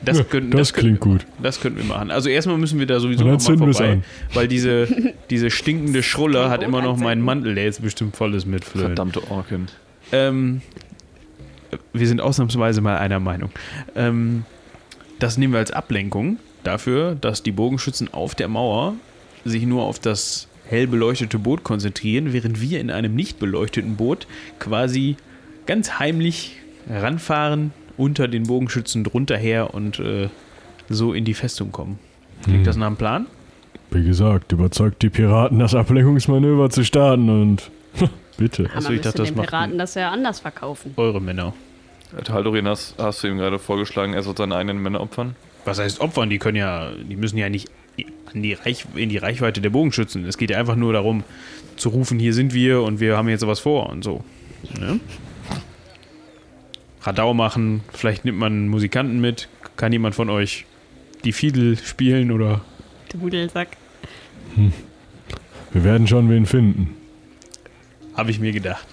Das, Ja, können, das das klingt können, gut. Das könnten wir machen. Also erstmal müssen wir da sowieso Und dann noch mal zünden wir's vorbei. an. Weil diese, diese stinkende Schrulle hat immer noch meinen anzünden. Mantel, der jetzt bestimmt voll ist mit Flöhen. Verdammte Orkin. Ähm, wir sind ausnahmsweise mal einer Meinung. Ähm, das nehmen wir als Ablenkung dafür, dass die Bogenschützen auf der Mauer sich nur auf das hell beleuchtete Boot konzentrieren, während wir in einem nicht beleuchteten Boot quasi ganz heimlich ranfahren, unter den Bogenschützen drunter her und äh, so in die Festung kommen. Klingt Hm. das nach einem Plan? Wie gesagt, überzeugt die Piraten, das Ablenkungsmanöver zu starten und bitte. Aber Achso, wir ich dachte, müssen das den macht Piraten das ja anders verkaufen. eure Männer. Taldorin, hast, hast du ihm gerade vorgeschlagen, er soll seine eigenen Männer opfern? Was heißt opfern? Die können ja, die müssen ja nicht an die Reich, in die Reichweite der Bogenschützen. Es geht ja einfach nur darum, zu rufen, hier sind wir und wir haben jetzt was vor und so. Ne? Radau machen, vielleicht nimmt man einen Musikanten mit. Kann jemand von euch die Fiedel spielen oder? Dudelsack. Wir werden schon wen finden. Habe ich mir gedacht.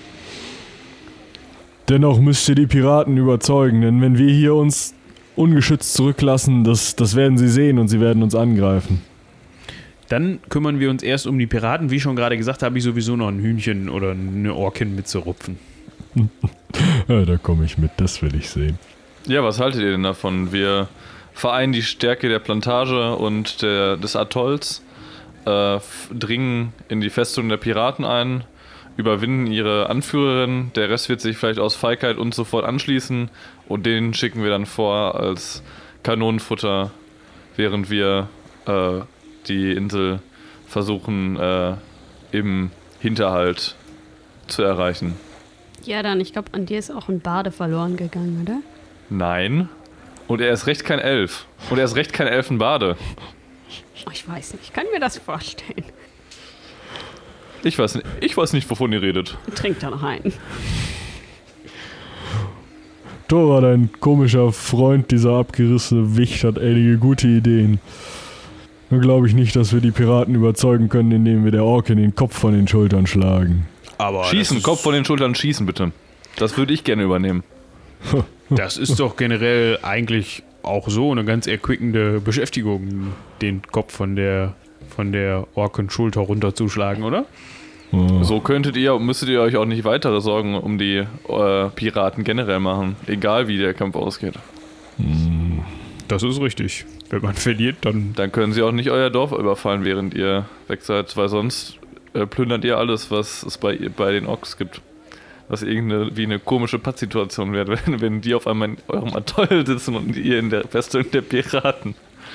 Dennoch müsst ihr die Piraten überzeugen, denn wenn wir hier uns ungeschützt zurücklassen, das, das werden sie sehen und sie werden uns angreifen. Dann kümmern wir uns erst um die Piraten. Wie schon gerade gesagt, habe ich sowieso noch ein Hühnchen oder eine Orkin mitzurupfen. Ja, da komme ich mit, das will ich sehen. Ja, was haltet ihr denn davon? Wir vereinen die Stärke der Plantage und der, des Atolls, äh, f- dringen in die Festung der Piraten ein, überwinden ihre Anführerin, der Rest wird sich vielleicht aus Feigheit uns sofort anschließen und den schicken wir dann vor als Kanonenfutter, während wir äh, die Insel versuchen äh, im Hinterhalt zu erreichen. Ja, dann, ich glaube, an dir ist auch ein Bade verloren gegangen, oder? Nein. Und er ist recht kein Elf. Und er ist recht kein Elfenbade. Oh, ich weiß nicht, ich kann mir das vorstellen. Ich weiß nicht, ich weiß nicht, wovon ihr redet. Trink da noch einen. Dora, dein komischer Freund, dieser abgerissene Wicht, hat einige gute Ideen. Nur glaube ich nicht, dass wir die Piraten überzeugen können, indem wir der Orkin den Kopf von den Schultern schlagen. Aber Schießen, das ist, Kopf von den Schultern schießen, bitte. Das würde ich gerne übernehmen. das ist doch generell eigentlich auch so eine ganz erquickende Beschäftigung, den Kopf von der von der Orkenschulter runterzuschlagen, oder? Oh. So könntet ihr, müsstet ihr euch auch nicht weitere Sorgen um die äh, Piraten generell machen. Egal wie der Kampf ausgeht. Das ist richtig. Wenn man verliert, dann Dann können sie auch nicht euer Dorf überfallen, während ihr weg seid, weil sonst äh, plündert ihr alles, was es bei, bei den Orks gibt. Was irgendeine wie eine komische Pattsituation wäre, wenn, wenn die auf einmal in eurem Atoll sitzen und ihr in der Festung der Piraten.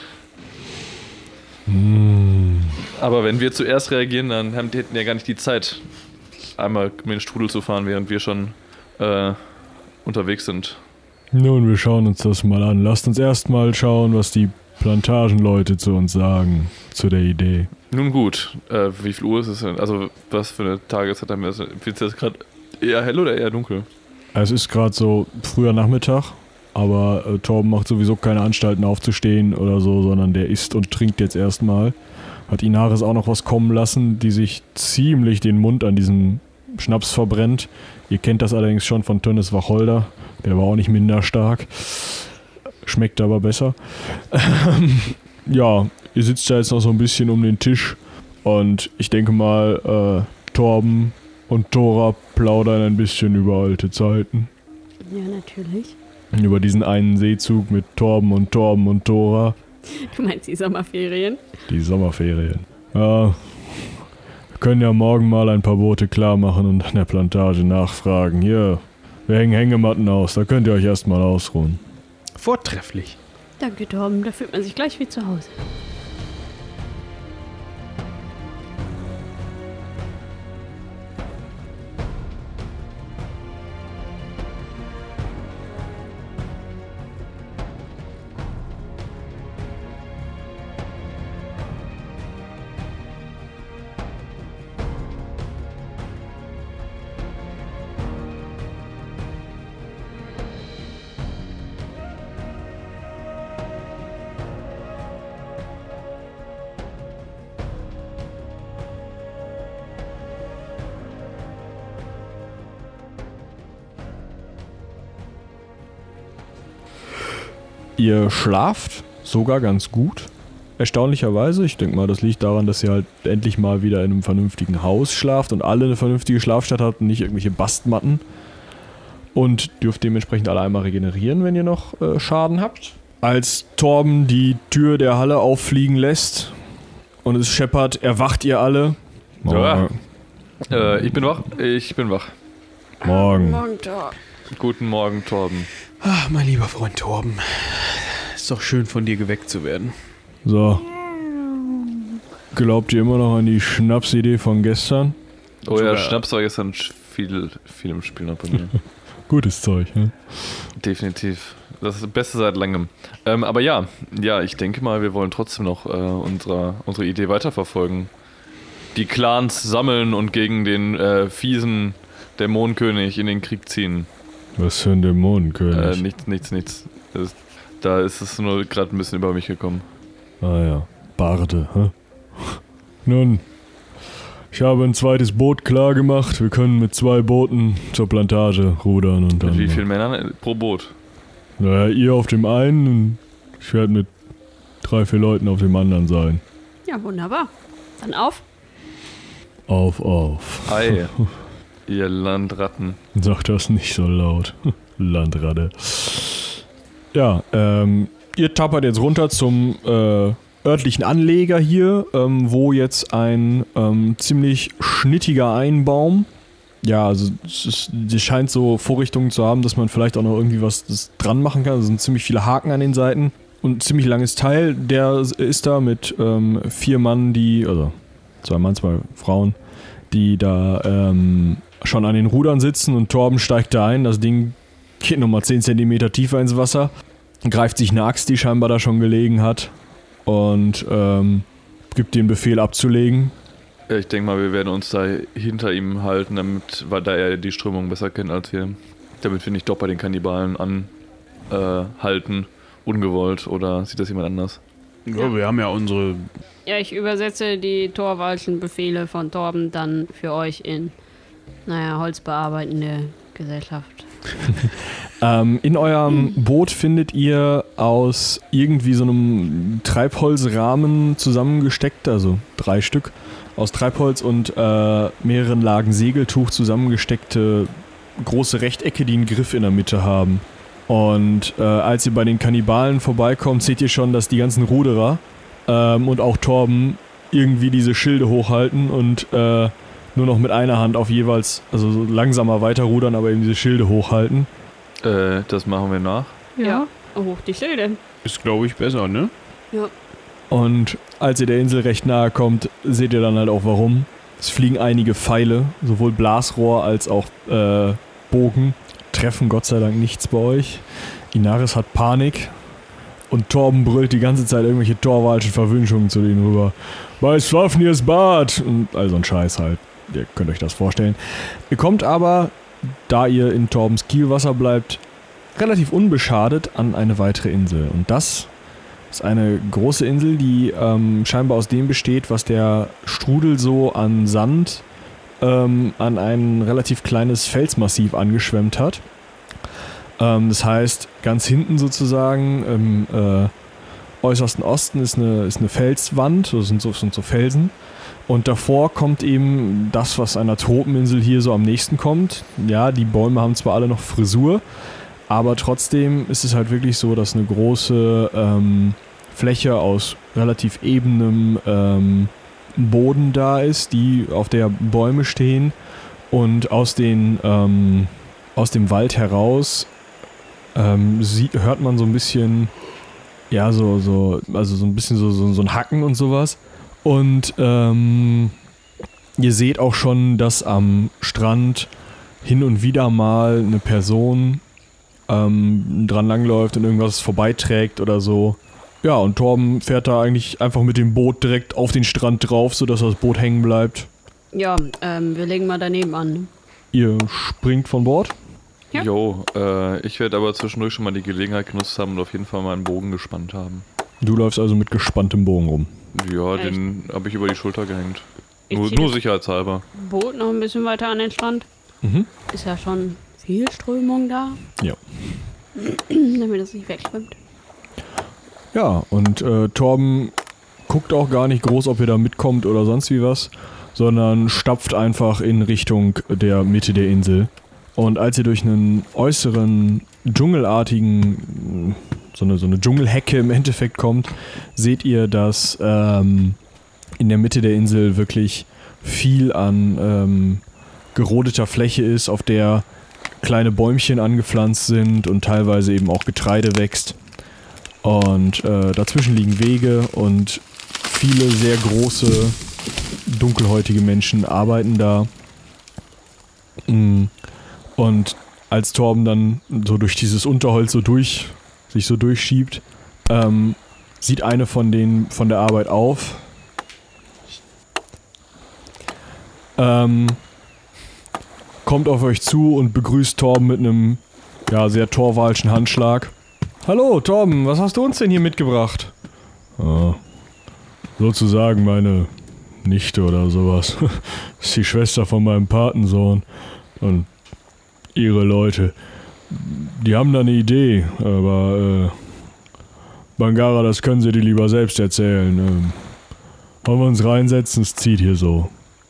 Aber wenn wir zuerst reagieren, dann haben, die hätten ja gar nicht die Zeit, einmal mit den Strudel zu fahren, während wir schon äh, unterwegs sind. Nun, wir schauen uns das mal an. Lasst uns erstmal schauen, was die Plantagenleute zu uns sagen, zu der Idee. Nun gut, äh, wie viel Uhr ist es denn? Also, was für eine Tageszeit haben wir? Ist es jetzt gerade eher hell oder eher dunkel? Es ist gerade so früher Nachmittag, aber äh, Torben macht sowieso keine Anstalten aufzustehen oder so, sondern der isst und trinkt jetzt erstmal. Hat Inaris auch noch was kommen lassen, die sich ziemlich den Mund an diesem Schnaps verbrennt. Ihr kennt das allerdings schon von Tönnes Wacholder. Der war auch nicht minder stark. Schmeckt aber besser. Ja, ihr sitzt da jetzt noch so ein bisschen um den Tisch und ich denke mal, äh, Torben und Dora plaudern ein bisschen über alte Zeiten. Ja, natürlich. Über diesen einen Seezug mit Torben und Torben und Dora. Du meinst die Sommerferien? Die Sommerferien. Ja, wir können ja morgen mal ein paar Boote klar machen und an der Plantage nachfragen. Hier, wir hängen Hängematten aus, da könnt ihr euch erstmal ausruhen. vortrefflich. Danke, Torben. Da fühlt man sich gleich wie zu Hause. Ihr schlaft sogar ganz gut. Erstaunlicherweise. Ich denke mal, das liegt daran, dass ihr halt endlich mal wieder in einem vernünftigen Haus schlaft und alle eine vernünftige Schlafstatt habt und nicht irgendwelche Bastmatten. Und dürft dementsprechend alle einmal regenerieren, wenn ihr noch äh, Schaden habt. Als Torben die Tür der Halle auffliegen lässt und es scheppert, erwacht ihr alle. Ja. Äh, ich bin wach. Ich bin wach. Morgen. Morgen, Tor. Guten Morgen, Torben. Ach, mein lieber Freund Torben. Ist doch schön, von dir geweckt zu werden. So. Glaubt ihr immer noch an die Schnapsidee von gestern? Oh Sogar- ja, Schnaps war gestern viel, viel im Spiel noch bei mir. Gutes Zeug, ne? Definitiv. Das ist das Beste seit langem. Ähm, aber ja, ja, ich denke mal, wir wollen trotzdem noch äh, unsere, unsere Idee weiterverfolgen. Die Clans sammeln und gegen den äh, fiesen Dämonenkönig in den Krieg ziehen. Was für ein Dämonenkönig. Äh, nichts, nichts, nichts. Das, da ist es nur gerade ein bisschen über mich gekommen. Ah ja, Barde, hä? Nun, ich habe ein zweites Boot klar gemacht. Wir können mit zwei Booten zur Plantage rudern und dann... Mit wie vielen Männern pro Boot? Naja, ihr auf dem einen und ich werde mit drei, vier Leuten auf dem anderen sein. Ja, wunderbar. Dann auf. Auf, auf. Ei, ihr Landratten. Sag das nicht so laut. Landratte. Ja, ähm, ihr tappert jetzt runter zum äh, örtlichen Anleger hier, ähm, wo jetzt ein ähm, ziemlich schnittiger Einbaum, ja, also es, ist, es scheint so Vorrichtungen zu haben, dass man vielleicht auch noch irgendwie was das dran machen kann. Es sind ziemlich viele Haken an den Seiten und ein ziemlich langes Teil. Der ist da mit ähm, vier Mann, die, also zwei Mann, zwei Frauen, die da ähm, schon an den Rudern sitzen und Torben steigt da ein. Das Ding geht nochmal zehn Zentimeter tiefer ins Wasser, greift sich eine Axt, die scheinbar da schon gelegen hat und ähm, gibt den Befehl abzulegen. Ja, ich denke mal, wir werden uns da hinter ihm halten, damit, weil da er die Strömung besser kennt als wir. Damit wir nicht doch bei den Kannibalen anhalten, äh, ungewollt, oder sieht das jemand anders? Ja, wir haben ja unsere... Ja, ich übersetze die Torwaldschen Befehle von Torben dann für euch in, naja, holzbearbeitende Gesellschaft. Ähm, in eurem Boot findet ihr aus irgendwie so einem Treibholzrahmen zusammengesteckt, also drei Stück, aus Treibholz und äh, mehreren Lagen Segeltuch zusammengesteckte große Rechtecke, die einen Griff in der Mitte haben. Und äh, als ihr bei den Kannibalen vorbeikommt, seht ihr schon, dass die ganzen Ruderer ähm, und auch Torben irgendwie diese Schilde hochhalten und äh, nur noch mit einer Hand auf jeweils, also so langsamer weiterrudern, aber eben diese Schilde hochhalten. Äh, das machen wir nach. Ja. Hoch die Schilde. Ist, glaube ich, besser, ne? Ja. Und als ihr der Insel recht nahe kommt, seht ihr dann halt auch warum. Es fliegen einige Pfeile, sowohl Blasrohr als auch äh, Bogen. Treffen Gott sei Dank nichts bei euch. Inaris hat Panik. Und Torben brüllt die ganze Zeit irgendwelche torwalschen Verwünschungen zu denen rüber. Bei Swafnirs Bad! Und all so ein Scheiß halt. Ihr könnt euch das vorstellen. Ihr kommt aber, da ihr in Torbens Kielwasser bleibt, relativ unbeschadet an eine weitere Insel. Und das ist eine große Insel, die ähm, scheinbar aus dem besteht, was der Strudel so an Sand ähm, an ein relativ kleines Felsmassiv angeschwemmt hat. Ähm, das heißt, ganz hinten sozusagen im äh, äußersten Osten ist eine, ist eine Felswand, das sind so, sind so Felsen. Und davor kommt eben das, was einer Tropeninsel hier so am nächsten kommt. Ja, die Bäume haben zwar alle noch Frisur, aber trotzdem ist es halt wirklich so, dass eine große ähm, Fläche aus relativ ebenem ähm, Boden da ist, die auf der Bäume stehen. Und aus, den, ähm, aus dem Wald heraus ähm, sie, hört man so ein bisschen, ja, so, so, also so ein bisschen so, so, so ein Hacken und sowas. Und ähm, ihr seht auch schon, dass am Strand hin und wieder mal eine Person ähm, dran langläuft und irgendwas vorbeiträgt oder so. Ja, und Torben fährt da eigentlich einfach mit dem Boot direkt auf den Strand drauf, sodass das Boot hängen bleibt. Ja, ähm, wir legen mal daneben an. Ihr springt von Bord? Ja. Jo, äh, ich werde aber zwischendurch schon mal die Gelegenheit genutzt haben und auf jeden Fall mal einen Bogen gespannt haben. Du läufst also mit gespanntem Bogen rum. Ja, Echt? den habe ich über die Schulter gehängt. Ich Nur, zieh nur das sicherheitshalber. Boot noch ein bisschen weiter an den Strand. Mhm. Ist ja schon viel Strömung da. Ja. Damit das nicht wegschwimmt. Ja, und äh, Torben guckt auch gar nicht groß, ob ihr da mitkommt oder sonst wie was, sondern stapft einfach in Richtung der Mitte der Insel. Und als ihr durch einen äußeren, dschungelartigen, so eine, so eine Dschungelhecke im Endeffekt kommt, seht ihr, dass ähm, in der Mitte der Insel wirklich viel an ähm, gerodeter Fläche ist, auf der kleine Bäumchen angepflanzt sind und teilweise eben auch Getreide wächst. Und äh, dazwischen liegen Wege und viele sehr große, dunkelhäutige Menschen arbeiten da. Und als Torben dann so durch dieses Unterholz so durch, sich so durchschiebt, ähm, sieht eine von denen von der Arbeit auf. Ähm, kommt auf euch zu und begrüßt Torben mit einem ja, sehr torwalschen Handschlag. Hallo Torben, was hast du uns denn hier mitgebracht? Ah, sozusagen meine Nichte oder sowas. Das ist die Schwester von meinem Patensohn. Und ihre Leute, die haben da eine Idee, aber äh, Bangara, das können sie dir lieber selbst erzählen. Ähm, wollen wir uns reinsetzen, es zieht hier so.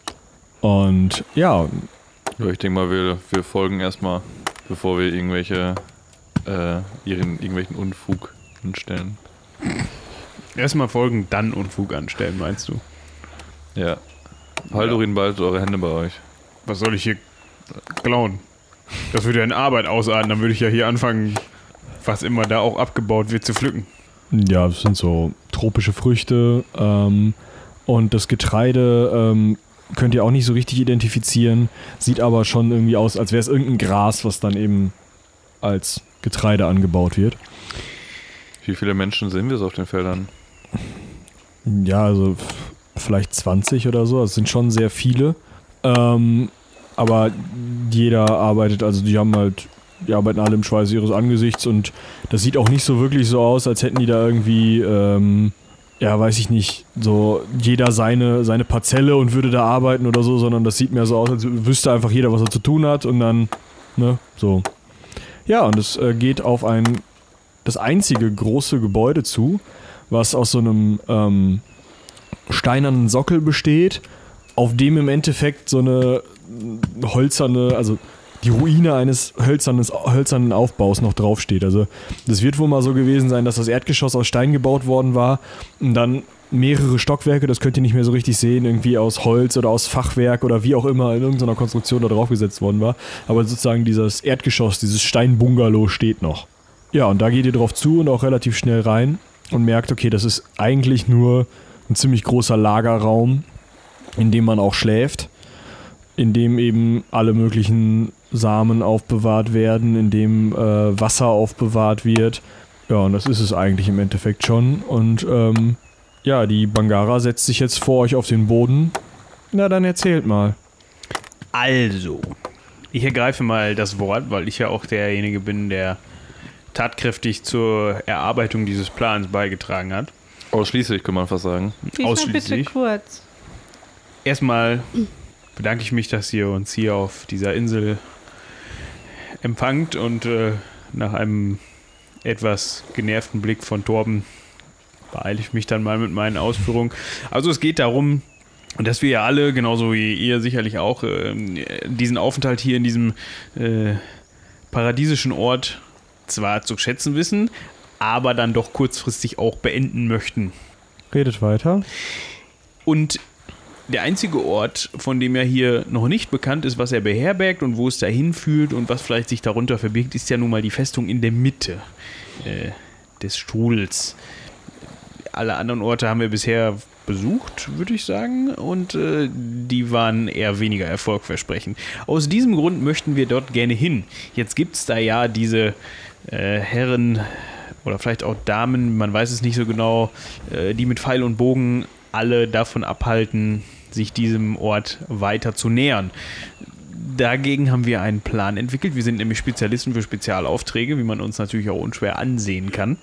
Und ja. Ja, ich denke mal, wir, wir folgen erstmal, bevor wir irgendwelche äh, ihren, irgendwelchen Unfug anstellen. Erstmal folgen, dann Unfug anstellen, meinst du? Ja. Haldurin, bald eure Hände bei euch. Was soll ich hier klauen? Das würde ja in Arbeit ausarten, dann würde ich ja hier anfangen, was immer da auch abgebaut wird, zu pflücken. Ja, das sind so tropische Früchte ähm, und das Getreide ähm, könnt ihr auch nicht so richtig identifizieren, sieht aber schon irgendwie aus, als wäre es irgendein Gras, was dann eben als Getreide angebaut wird. Wie viele Menschen sehen wir so auf den Feldern? Ja, also f- vielleicht zwanzig oder so, das sind schon sehr viele. Ähm, aber jeder arbeitet, also die haben halt, die arbeiten alle im Schweiß ihres Angesichts und das sieht auch nicht so wirklich so aus, als hätten die da irgendwie, ähm, ja, weiß ich nicht, so jeder seine, seine Parzelle und würde da arbeiten oder so, sondern das sieht mehr so aus, als wüsste einfach jeder, was er zu tun hat und dann, ne, so. Ja, und es äh, geht auf ein, das einzige große Gebäude zu, was aus so einem ähm, steinernen Sockel besteht, auf dem im Endeffekt so eine hölzerne, also die Ruine eines hölzernes, hölzernen Aufbaus noch draufsteht. Also das wird wohl mal so gewesen sein, dass das Erdgeschoss aus Stein gebaut worden war und dann mehrere Stockwerke, das könnt ihr nicht mehr so richtig sehen, irgendwie aus Holz oder aus Fachwerk oder wie auch immer in irgendeiner Konstruktion da draufgesetzt worden war. Aber sozusagen dieses Erdgeschoss, dieses Steinbungalow steht noch. Ja, und da geht ihr drauf zu und auch relativ schnell rein und merkt, okay, das ist eigentlich nur ein ziemlich großer Lagerraum, in dem man auch schläft, in dem eben alle möglichen Samen aufbewahrt werden, in dem äh, Wasser aufbewahrt wird. Ja, und das ist es eigentlich im Endeffekt schon. Und ähm, ja, die Bangara setzt sich jetzt vor euch auf den Boden. Na, dann erzählt mal. Also, ich ergreife mal das Wort, weil ich ja auch derjenige bin, der tatkräftig zur Erarbeitung dieses Plans beigetragen hat. Ausschließlich, kann man fast sagen. Diesmal bitte kurz. Erstmal bedanke ich mich, dass ihr uns hier auf dieser Insel empfangt und äh, nach einem etwas genervten Blick von Torben beeile ich mich dann mal mit meinen Ausführungen. Also es geht darum, dass wir ja alle, genauso wie ihr sicherlich auch, äh, diesen Aufenthalt hier in diesem äh, paradiesischen Ort zwar zu schätzen wissen, aber dann doch kurzfristig auch beenden möchten. Redet weiter. Und der einzige Ort, von dem ja hier noch nicht bekannt ist, was er beherbergt und wo es dahin führt und was vielleicht sich darunter verbirgt, ist ja nun mal die Festung in der Mitte äh, des Strudels. Alle anderen Orte haben wir bisher besucht, würde ich sagen, und äh, die waren eher weniger erfolgversprechend. Aus diesem Grund möchten wir dort gerne hin. Jetzt gibt es da ja diese äh, Herren oder vielleicht auch Damen, man weiß es nicht so genau, äh, die mit Pfeil und Bogen alle davon abhalten, sich diesem Ort weiter zu nähern. Dagegen haben wir einen Plan entwickelt. Wir sind nämlich Spezialisten für Spezialaufträge, wie man uns natürlich auch unschwer ansehen kann.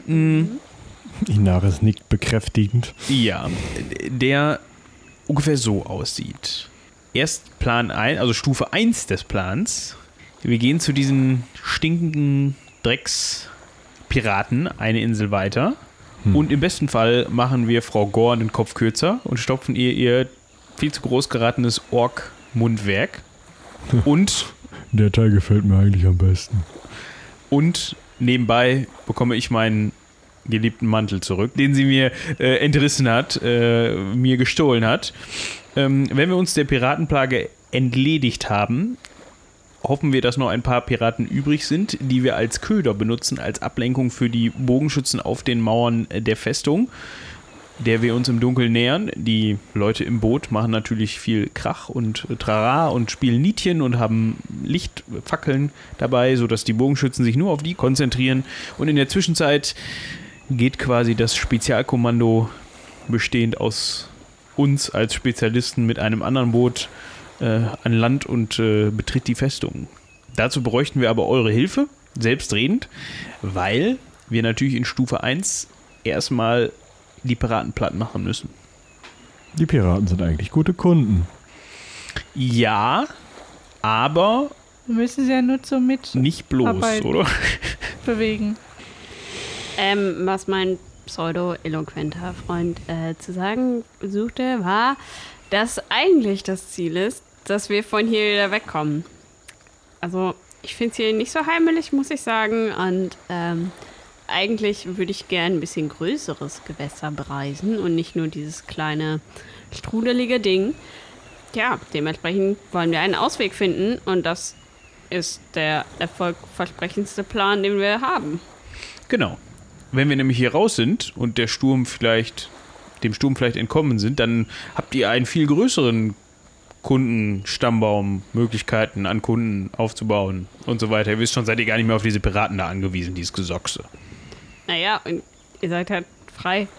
Inaris nickt bekräftigend. Ja, der ungefähr so aussieht. Erst Plan eins, also Stufe eins des Plans. Wir gehen zu diesen stinkenden Dreckspiraten eine Insel weiter Hm. Und im besten Fall machen wir Frau Gorn den Kopf kürzer und stopfen ihr ihr viel zu groß geratenes Ork-Mundwerk. Und der Teil gefällt mir eigentlich am besten. Und nebenbei bekomme ich meinen geliebten Mantel zurück, den sie mir äh, entrissen hat, äh, mir gestohlen hat. Ähm, wenn wir uns der Piratenplage entledigt haben, hoffen wir, dass noch ein paar Piraten übrig sind, die wir als Köder benutzen, als Ablenkung für die Bogenschützen auf den Mauern der Festung, der wir uns im Dunkeln nähern. Die Leute im Boot machen natürlich viel Krach und Trara und spielen Nietchen und haben Lichtfackeln dabei, sodass die Bogenschützen sich nur auf die konzentrieren. Und in der Zwischenzeit geht quasi das Spezialkommando, bestehend aus uns als Spezialisten mit einem anderen Boot, äh, an Land und äh, betritt die Festung. Dazu bräuchten wir aber eure Hilfe, selbstredend, weil wir natürlich in Stufe eins erstmal die Piraten platt machen müssen. Die Piraten sind eigentlich gute Kunden. Ja, aber wir müssen sie ja nur so mit nicht bloß, arbeiten, oder? bewegen. Ähm, was mein pseudo-eloquenter Freund äh, zu sagen suchte, war, dass eigentlich das Ziel ist, dass wir von hier wieder wegkommen. Also, ich finde es hier nicht so heimelig, muss ich sagen. Und ähm, eigentlich würde ich gern ein bisschen größeres Gewässer bereisen und nicht nur dieses kleine, strudelige Ding. Ja, dementsprechend wollen wir einen Ausweg finden und das ist der erfolgversprechendste Plan, den wir haben. Genau. Wenn wir nämlich hier raus sind und der Sturm vielleicht, dem Sturm vielleicht entkommen sind, dann habt ihr einen viel größeren Kundenstammbaum, Möglichkeiten an Kunden aufzubauen und so weiter. Ihr wisst schon, seid ihr gar nicht mehr auf diese Piraten da angewiesen, dieses Gesochse. Naja, und ihr seid halt frei.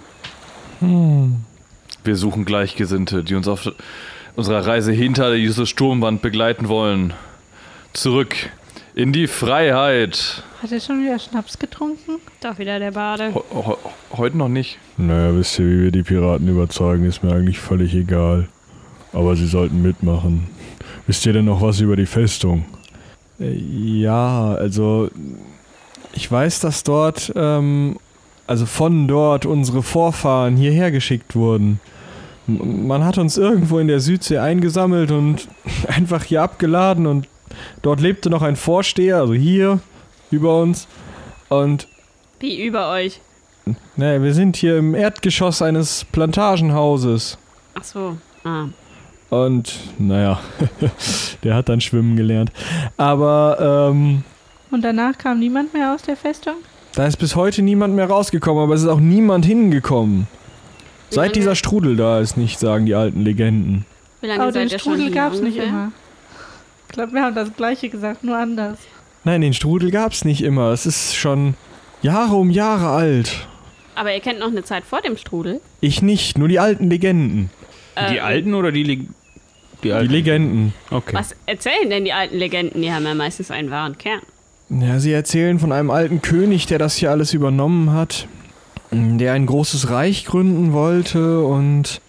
Hm. Wir suchen Gleichgesinnte, die uns auf unserer Reise hinter diese Sturmwand begleiten wollen. Zurück in die Freiheit. Hat er schon wieder Schnaps getrunken? Doch wieder der Bade. Ho- ho- heute noch nicht. Naja, wisst ihr, wie wir die Piraten überzeugen, ist mir eigentlich völlig egal. Aber sie sollten mitmachen. Wisst ihr denn noch was über die Festung? Äh, ja, also ich weiß, dass dort, ähm, also von dort unsere Vorfahren hierher geschickt wurden. M- Man hat uns irgendwo in der Südsee eingesammelt und einfach hier abgeladen und dort lebte noch ein Vorsteher, also hier über uns. Und Wie über euch. naja, wir sind hier im Erdgeschoss eines Plantagenhauses. Ach so. Ah. Und, naja, der hat dann schwimmen gelernt. Aber, ähm, Und danach kam niemand mehr aus der Festung? da ist bis heute niemand mehr rausgekommen, aber es ist auch niemand hingekommen. Wie Seit lange- dieser Strudel da ist nicht, sagen die alten Legenden. Wie lange Aber seid den ihr schon Strudel hier gab es nicht ungefähr? immer. Ich glaube, wir haben das Gleiche gesagt, nur anders. Nein, den Strudel gab's nicht immer. Es ist schon Jahre um Jahre alt. Aber ihr kennt noch eine Zeit vor dem Strudel. Ich nicht, nur die alten Legenden. Äh, Die Alten oder die, Leg- die Die Alten? Legenden. Okay. Was erzählen denn die alten Legenden? Die haben ja meistens einen wahren Kern. Ja, sie erzählen von einem alten König, der das hier alles übernommen hat, der ein großes Reich gründen wollte und...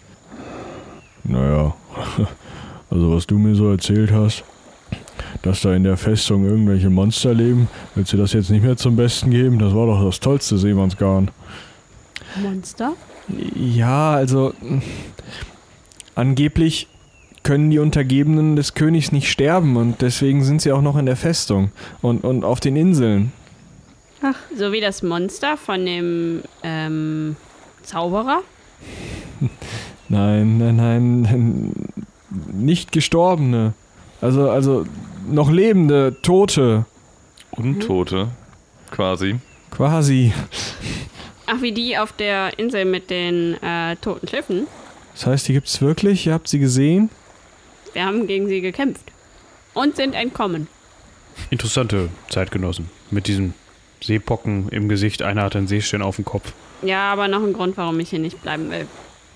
Naja, also was du mir so erzählt hast, dass da in der Festung irgendwelche Monster leben, willst du das jetzt nicht mehr zum Besten geben? Das war doch das tollste Seemannsgarn. Monster? Ja, also angeblich können die Untergebenen des Königs nicht sterben und deswegen sind sie auch noch in der Festung und, und auf den Inseln. So wie das Monster von dem ähm, Zauberer? Nein, nein, nein, nicht Gestorbene. Also, also noch lebende, Tote, Untote, quasi. quasi. Ach, wie die auf der Insel mit den äh, toten Schiffen. Das heißt, die gibt's wirklich? Ihr habt sie gesehen? Wir haben gegen sie gekämpft. Und sind entkommen. Interessante Zeitgenossen. Mit diesen Seepocken im Gesicht. Einer hat einen Seestern auf dem Kopf. Ja, aber noch ein Grund, warum ich hier nicht bleiben will.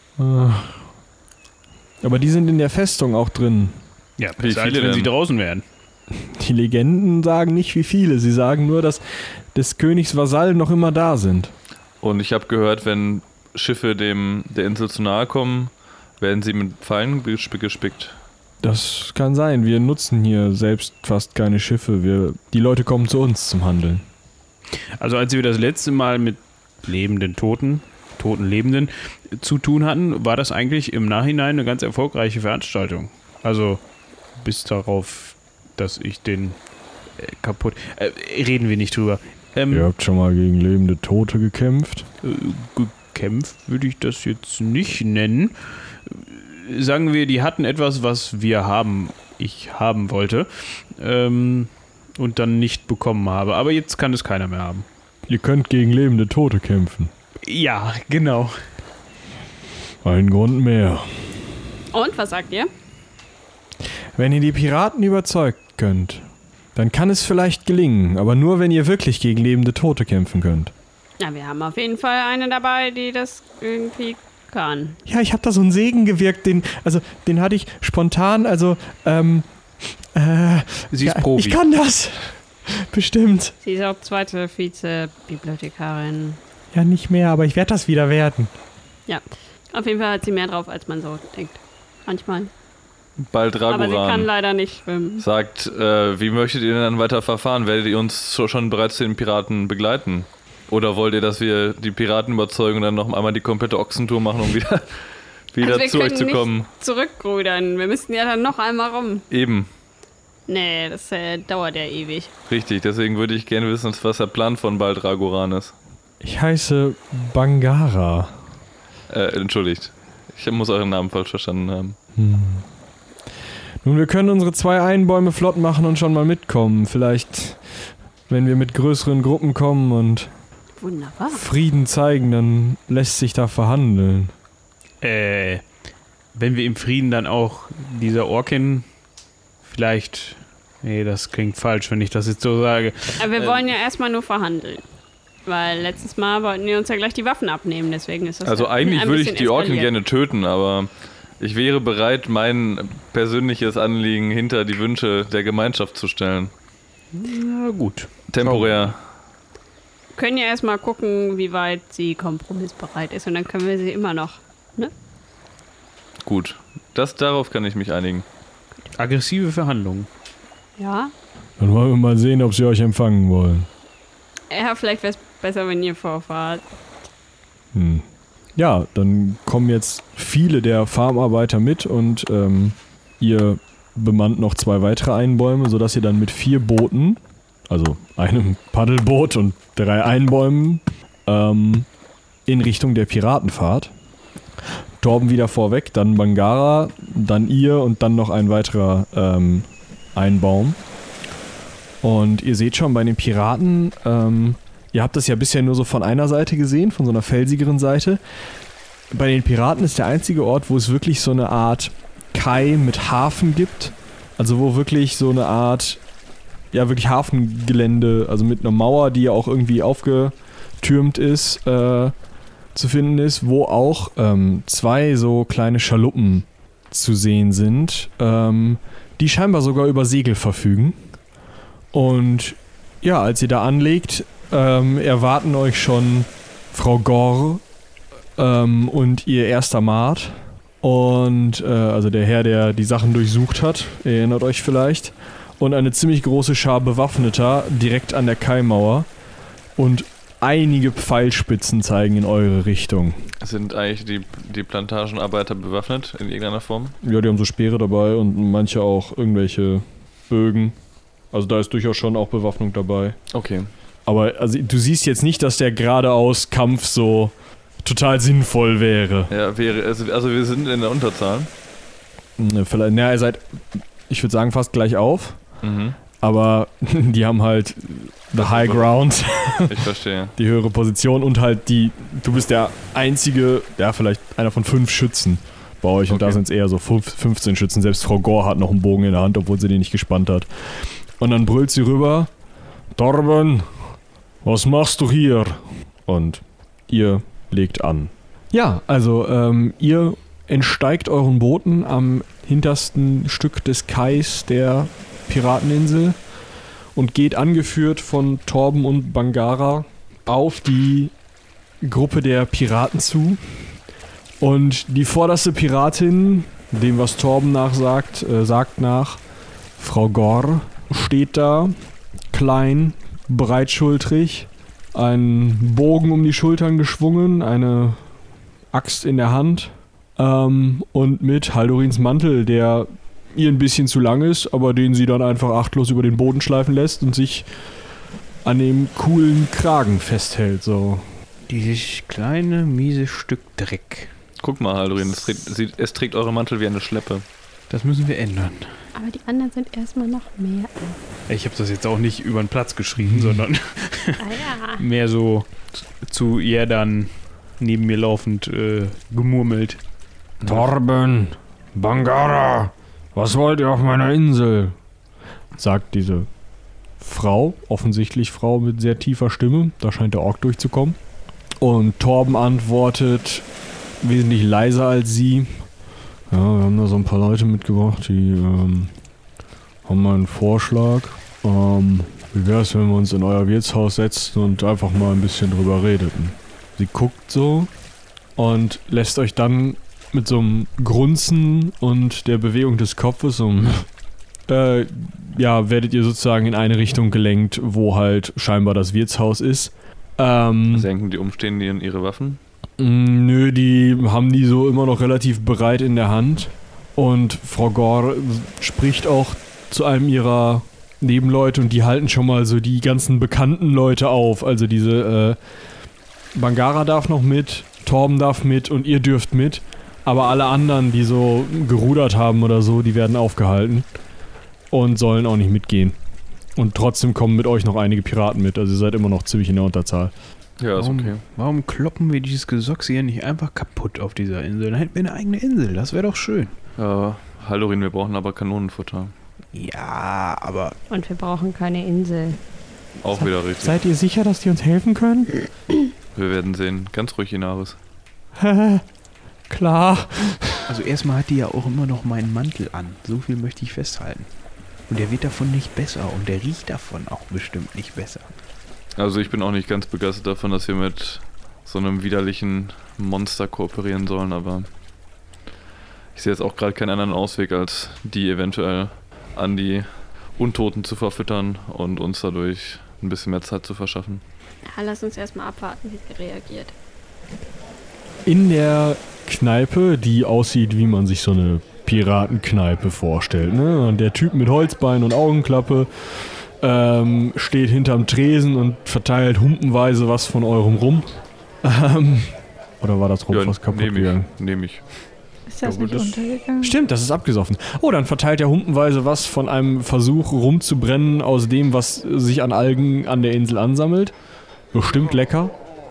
Aber die sind in der Festung auch drin. Ja, Wie besser als viele wenn sie denn? draußen wären. Die Legenden sagen nicht wie viele. Sie sagen nur, dass des Königs Vasallen noch immer da sind. Und ich habe gehört, wenn Schiffe dem der Insel zu nahe kommen, werden sie mit Pfeilen gesp- gespickt. Das kann sein. Wir nutzen hier selbst fast keine Schiffe. Wir, die Leute kommen zu uns zum Handeln. Also als wir das letzte Mal mit lebenden Toten, toten Lebenden zu tun hatten, war das eigentlich im Nachhinein eine ganz erfolgreiche Veranstaltung. Also bis darauf, dass ich den äh, kaputt... Äh, reden wir nicht drüber. Ähm, Ihr habt schon mal gegen lebende Tote gekämpft? Äh, gekämpft würde ich das jetzt nicht nennen. Sagen wir, die hatten etwas, was wir haben, ich haben wollte, ähm, und dann nicht bekommen habe. Aber jetzt kann es keiner mehr haben. Ihr könnt gegen lebende Tote kämpfen. Ja, genau. Ein Grund mehr. Und, was sagt ihr? Wenn ihr die Piraten überzeugt könnt, dann kann es vielleicht gelingen, aber nur, wenn ihr wirklich gegen lebende Tote kämpfen könnt. Ja, wir haben auf jeden Fall eine dabei, die das irgendwie kann. Ja, ich habe da so einen Segen gewirkt, den, also, den hatte ich spontan, also, ähm, äh, Sie ist ja, Profi. Ich kann das. Bestimmt. Sie ist auch zweite Vize-Bibliothekarin. Ja, nicht mehr, aber ich werde das wieder werden. Ja, auf jeden Fall hat sie mehr drauf, als man so denkt. Manchmal. Baldragoran Aber sie kann leider nicht schwimmen. sagt, äh, wie möchtet ihr denn dann weiter verfahren? Werdet ihr uns so schon bereits zu den Piraten begleiten? Oder wollt ihr, dass wir die Piraten überzeugen und dann noch einmal die komplette Ochsentour machen, um wieder, wieder Also zu euch zu kommen? Nicht zurückrudern. Wir müssten ja dann noch einmal rum. Eben, Nee, das äh, dauert ja ewig. richtig. Deswegen würde ich gerne wissen, was der Plan von Baldragoran ist. Ich heiße Bangara. Äh, entschuldigt. Ich muss euren Namen falsch verstanden haben. Hm. Nun, wir können unsere zwei Einbäume flott machen und schon mal mitkommen. Vielleicht, wenn wir mit größeren Gruppen kommen und Wunderbar. Frieden zeigen, dann lässt sich da verhandeln. Äh, wenn wir im Frieden dann auch dieser Orkin vielleicht... Nee, das klingt falsch, wenn ich das jetzt so sage. Aber wir Ähm. wollen ja erstmal nur verhandeln. Weil letztes Mal wollten die uns ja gleich die Waffen abnehmen, deswegen ist das Also ja eigentlich ein würde ich bisschen die Orken eskaliert. gerne töten, aber ich wäre bereit, mein persönliches Anliegen hinter die Wünsche der Gemeinschaft zu stellen. Na gut. Temporär. Wir können ja erstmal gucken, wie weit sie kompromissbereit ist und dann können wir sie immer noch, ne? Gut. Das, darauf kann ich mich einigen. Aggressive Verhandlungen. Ja. Dann wollen wir mal sehen, ob sie euch empfangen wollen. Ja, vielleicht wäre es besser, wenn ihr vorfahrt. Hm. Ja, dann kommen jetzt viele der Farmarbeiter mit und ähm, ihr bemannt noch zwei weitere Einbäume, sodass ihr dann mit vier Booten, also einem Paddelboot und drei Einbäumen, ähm, in Richtung der Piraten fahrt. Torben wieder vorweg, dann Bangara, dann ihr und dann noch ein weiterer ähm, Einbaum. Und ihr seht schon bei den Piraten, ähm, ihr habt das ja bisher nur so von einer Seite gesehen, von so einer felsigeren Seite. Bei den Piraten ist der einzige Ort, wo es wirklich so eine Art Kai mit Hafen gibt. Also wo wirklich so eine Art, ja wirklich Hafengelände, also mit einer Mauer, die ja auch irgendwie aufgetürmt ist, äh, zu finden ist, wo auch ähm, zwei so kleine Schaluppen zu sehen sind, ähm, die scheinbar sogar über Segel verfügen. Und ja, als ihr da anlegt, ähm, erwarten euch schon Frau Gore ähm, und ihr erster Maat. Und äh, also der Herr, der die Sachen durchsucht hat, erinnert euch vielleicht. Und eine ziemlich große Schar Bewaffneter direkt an der Kaimauer. Und einige Pfeilspitzen zeigen in eure Richtung. Sind eigentlich die, die Plantagenarbeiter bewaffnet in irgendeiner Form? Ja, die haben so Speere dabei und manche auch irgendwelche Bögen. Also da ist durchaus schon auch Bewaffnung dabei. Okay. Aber also, du siehst jetzt nicht, dass der geradeaus Kampf so total sinnvoll wäre. Ja, wäre, also, also wir sind in der Unterzahl. Ne, Vielleicht, na, ihr seid, ich würde sagen, fast gleich auf. Mhm. Aber die haben halt the high ground, Ich verstehe. die höhere Position und halt die, du bist der einzige, ja vielleicht einer von fünf Schützen bei euch und Okay. da sind es eher so fünfzehn Schützen. Selbst Frau Gore hat noch einen Bogen in der Hand, obwohl sie den nicht gespannt hat. Und dann brüllt sie rüber, Torben, was machst du hier? Und ihr legt an. Ja, also ähm, ihr entsteigt euren Booten am hintersten Stück des Kais der Pirateninsel und geht angeführt von Torben und Bangara auf die Gruppe der Piraten zu. Und die vorderste Piratin, dem was Torben nachsagt, äh, sagt nach, Frau Gore, steht da, klein, breitschultrig, einen Bogen um die Schultern geschwungen, eine Axt in der Hand ähm, und mit Haldorins Mantel, der ihr ein bisschen zu lang ist, aber den sie dann einfach achtlos über den Boden schleifen lässt und sich an dem coolen Kragen festhält. So. Dieses kleine, miese Stück Dreck. Guck mal, Haldorin, es trägt, sie- es trägt eure Mantel wie eine Schleppe. Das müssen wir ändern. Aber die anderen sind erstmal noch mehr. Ich habe das jetzt auch nicht über den Platz geschrieben, sondern Ah ja. mehr so zu ihr dann neben mir laufend äh, gemurmelt. Torben, Bangara, was wollt ihr auf meiner Insel? Sagt diese Frau, offensichtlich Frau mit sehr tiefer Stimme. Da scheint der Ork durchzukommen. Und Torben antwortet wesentlich leiser als sie. Ja, wir haben da so ein paar Leute mitgebracht, die ähm, haben mal einen Vorschlag. Ähm, wie wäre es, wenn wir uns in euer Wirtshaus setzen und einfach mal ein bisschen drüber redeten? Sie guckt so und lässt euch dann mit so einem Grunzen und der Bewegung des Kopfes so ein äh, ja, werdet ihr sozusagen in eine Richtung gelenkt, wo halt scheinbar das Wirtshaus ist. Ähm, Senken die Umstehenden ihre Waffen? Mm, Nö, die haben die so immer noch relativ bereit in der Hand. Und Frau Gore spricht auch zu einem ihrer Nebenleute und die halten schon mal so die ganzen bekannten Leute auf. Also diese äh, Bangara darf noch mit, Torben darf mit und ihr dürft mit. Aber alle anderen, die so gerudert haben oder so, die werden aufgehalten und sollen auch nicht mitgehen. Und trotzdem kommen mit euch noch einige Piraten mit. Also ihr seid immer noch ziemlich in der Unterzahl. Ja, ist warum, okay. warum kloppen wir dieses Gesocks hier nicht einfach kaputt auf dieser Insel? Dann hätten wir eine eigene Insel, das wäre doch schön. Ja, Haldorin, wir brauchen aber Kanonenfutter. Ja, aber... Und wir brauchen keine Insel. Auch wieder richtig. Seid ihr sicher, dass die uns helfen können? Wir werden sehen. Ganz ruhig, Inaris. Klar. Also erstmal hat die ja auch immer noch meinen Mantel an. So viel möchte ich festhalten. Und der wird davon nicht besser und der riecht davon auch bestimmt nicht besser. Also ich bin auch nicht ganz begeistert davon, dass wir mit so einem widerlichen Monster kooperieren sollen, aber ich sehe jetzt auch gerade keinen anderen Ausweg, als die eventuell an die Untoten zu verfüttern und uns dadurch ein bisschen mehr Zeit zu verschaffen. Ja, lass uns erstmal abwarten, wie sie reagiert. In der Kneipe, die aussieht, wie man sich so eine Piratenkneipe vorstellt, ne? Und der Typ mit Holzbein und Augenklappe ähm, steht hinterm Tresen und verteilt humpenweise was von eurem Rum. Ähm, oder war das Rum Ja, fast kaputt nehm ich, gegangen? Nehme ich. Ist das Ja, nicht das- untergegangen? Stimmt, das ist abgesoffen. Oh, dann verteilt er humpenweise was von einem Versuch rumzubrennen aus dem, was sich an Algen an der Insel ansammelt. Bestimmt lecker.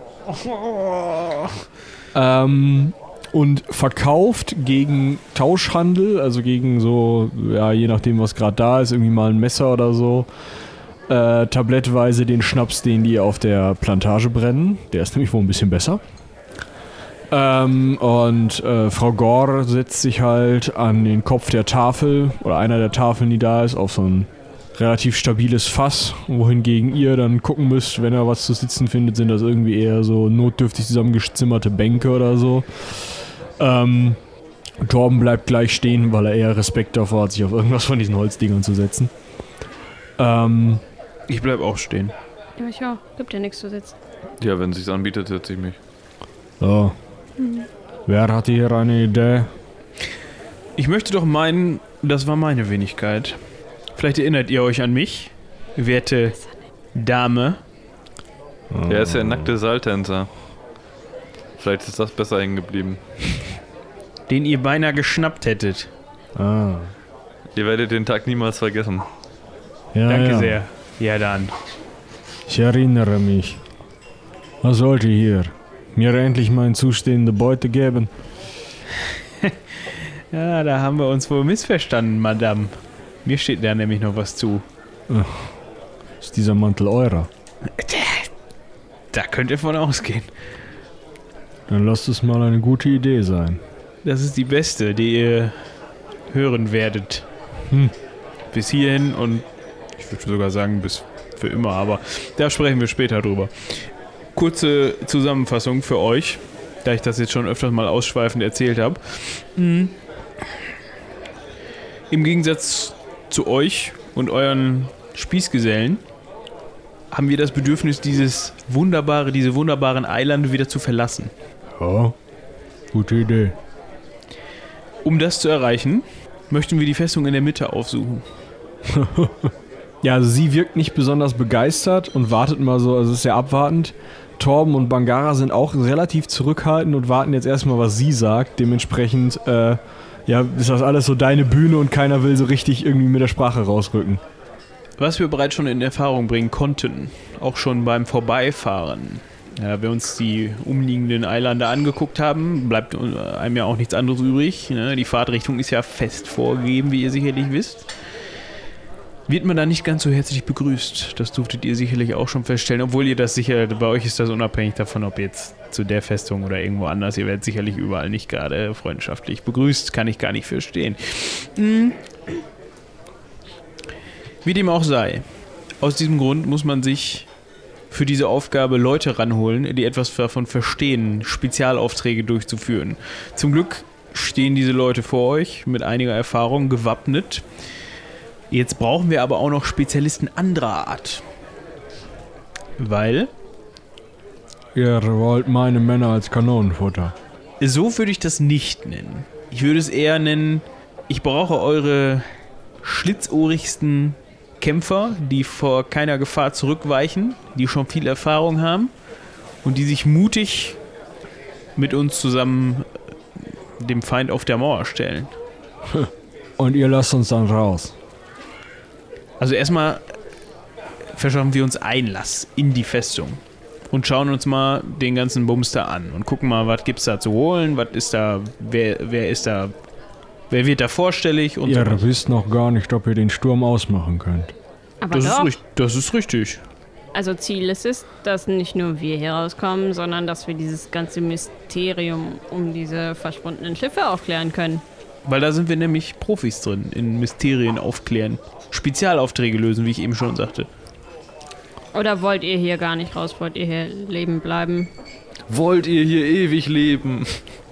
Ähm, und verkauft gegen Tauschhandel, also gegen so, ja, je nachdem, was gerade da ist, irgendwie mal ein Messer oder so, äh, tablettweise den Schnaps, den die auf der Plantage brennen. Der ist nämlich wohl ein bisschen besser. Ähm, und äh, Frau Gore setzt sich halt an den Kopf der Tafel, oder einer der Tafeln, die da ist, auf so ein relativ stabiles Fass, wohingegen ihr dann gucken müsst, wenn er was zu sitzen findet, sind das irgendwie eher so notdürftig zusammengezimmerte Bänke oder so. Ähm, Torben bleibt gleich stehen, weil er eher Respekt davor hat, sich auf irgendwas von diesen Holzdingern zu setzen. Ähm, Ich bleib auch stehen. Ja, ich auch. Gibt ja nichts zu sitzen. Ja, wenn es sich anbietet, setze ich mich. so. Wer hat hier eine Idee? Ich möchte doch meinen, das war meine Wenigkeit. Vielleicht erinnert ihr euch an mich, werte Dame. Er ist ja ein nackter Seiltänzer. Vielleicht ist das besser hängen geblieben. Den ihr beinahe geschnappt hättet. Ah. Ihr werdet den Tag niemals vergessen. Ja, Danke ja. sehr. Ja dann. Ich erinnere mich. Was wollt ihr hier? Mir endlich meine zustehende Beute geben? Ja, da haben wir uns wohl missverstanden, Madame. Mir steht da nämlich noch was zu. Ist dieser Mantel eurer? Da könnt ihr von ausgehen. Dann lasst es mal eine gute Idee sein. Das ist die beste, die ihr hören werdet. Hm. Bis hierhin und ich würde sogar sagen bis für immer, aber da sprechen wir später drüber. Kurze Zusammenfassung für euch, da ich das jetzt schon öfters mal ausschweifend erzählt habe. Mhm. Im Gegensatz zu euch und euren Spießgesellen haben wir das Bedürfnis, dieses wunderbare, diese wunderbaren Eilande wieder zu verlassen. Ja, gute Idee. Um das zu erreichen, möchten wir die Festung in der Mitte aufsuchen. Ja, also sie wirkt nicht besonders begeistert und wartet mal so, also ist sehr abwartend. Torben und Bangara sind auch relativ zurückhaltend und warten jetzt erstmal, was sie sagt. Dementsprechend, äh, ja, ist das alles so deine Bühne und keiner will so richtig irgendwie mit der Sprache rausrücken. Was wir bereits schon in Erfahrung bringen konnten, auch schon beim Vorbeifahren. Ja, wir uns die umliegenden Eilande angeguckt haben, bleibt einem ja auch nichts anderes übrig. Ne? Die Fahrtrichtung ist ja fest vorgegeben, wie ihr sicherlich wisst. Wird man da nicht ganz so herzlich begrüßt. Das durftet ihr sicherlich auch schon feststellen, obwohl ihr das sicher, bei euch ist das unabhängig davon, ob jetzt zu der Festung oder irgendwo anders, ihr werdet sicherlich überall nicht gerade freundschaftlich begrüßt, kann ich gar nicht verstehen. Hm. Wie dem auch sei, aus diesem Grund muss man sich für diese Aufgabe Leute ranholen, die etwas davon verstehen, Spezialaufträge durchzuführen. Zum Glück stehen diese Leute vor euch mit einiger Erfahrung gewappnet. Jetzt brauchen wir aber auch noch Spezialisten anderer Art. Weil? Ihr wollt meine Männer als Kanonenfutter. So würde ich das nicht nennen. Ich würde es eher nennen, ich brauche eure schlitzohrigsten Kämpfer, die vor keiner Gefahr zurückweichen, die schon viel Erfahrung haben und die sich mutig mit uns zusammen dem Feind auf der Mauer stellen. Und ihr lasst uns dann raus. Also erstmal verschaffen wir uns Einlass in die Festung und schauen uns mal den ganzen Bums da an und gucken mal, was gibt's da zu holen, was ist da, wer, wer ist da, wer wird da vorstellig und ihr so. wisst noch gar nicht, ob ihr den Sturm ausmachen könnt. Aber Das doch. ist, richt- das ist richtig. Also Ziel ist es, dass nicht nur wir hier rauskommen, sondern dass wir dieses ganze Mysterium um diese verschwundenen Schiffe aufklären können. Weil da sind wir nämlich Profis drin, in Mysterien aufklären. Spezialaufträge lösen, wie ich eben schon sagte. Oder wollt ihr hier gar nicht raus? Wollt ihr hier leben bleiben? Wollt ihr hier ewig leben?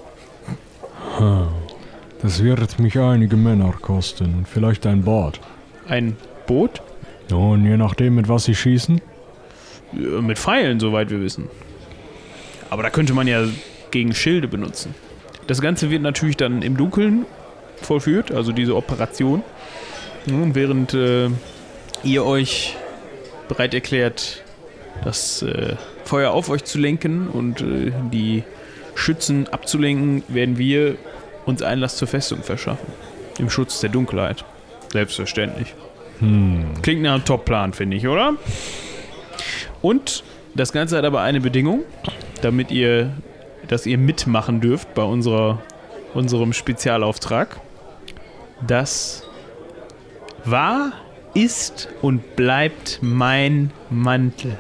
Das wird mich einige Männer kosten und vielleicht ein Boot. Ein Boot? Und je nachdem, mit was sie schießen. Äh, Mit Pfeilen, soweit wir wissen. Aber da könnte man ja gegen Schilde benutzen. Das Ganze wird natürlich dann im Dunkeln vollführt, also diese Operation. Und während äh, ihr euch bereit erklärt, das äh, Feuer auf euch zu lenken und äh, die Schützen abzulenken, werden wir uns Einlass zur Festung verschaffen. Im Schutz der Dunkelheit. Selbstverständlich. Hm. Klingt nach einem Top-Plan, finde ich, oder? Und das Ganze hat aber eine Bedingung, damit ihr, dass ihr mitmachen dürft bei unserer, unserem Spezialauftrag. Das war, ist und bleibt mein Mantel.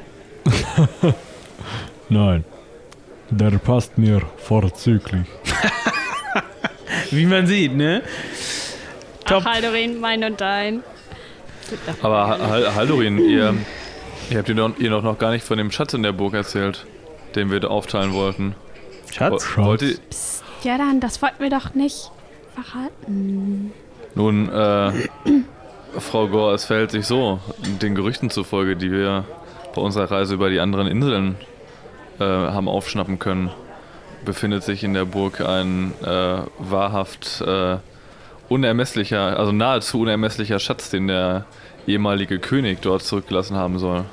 Nein, der passt mir vorzüglich. Wie man sieht, ne? Top. Ach, Haldorin, mein und dein. Aber Ha- Hal- Haldorin, ihr, ihr habt ihr noch, ihr noch, noch gar nicht von dem Schatz in der Burg erzählt, den wir da aufteilen wollten. Schatz? Wo- Wollt ihr, Ja dann, das wollten wir doch nicht verraten. nun, äh, Frau Gore, es verhält sich so, den Gerüchten zufolge, die wir bei unserer Reise über die anderen Inseln äh, haben aufschnappen können, befindet sich in der Burg ein äh, wahrhaft äh, unermesslicher, also nahezu unermesslicher Schatz, den der ehemalige König dort zurückgelassen haben soll.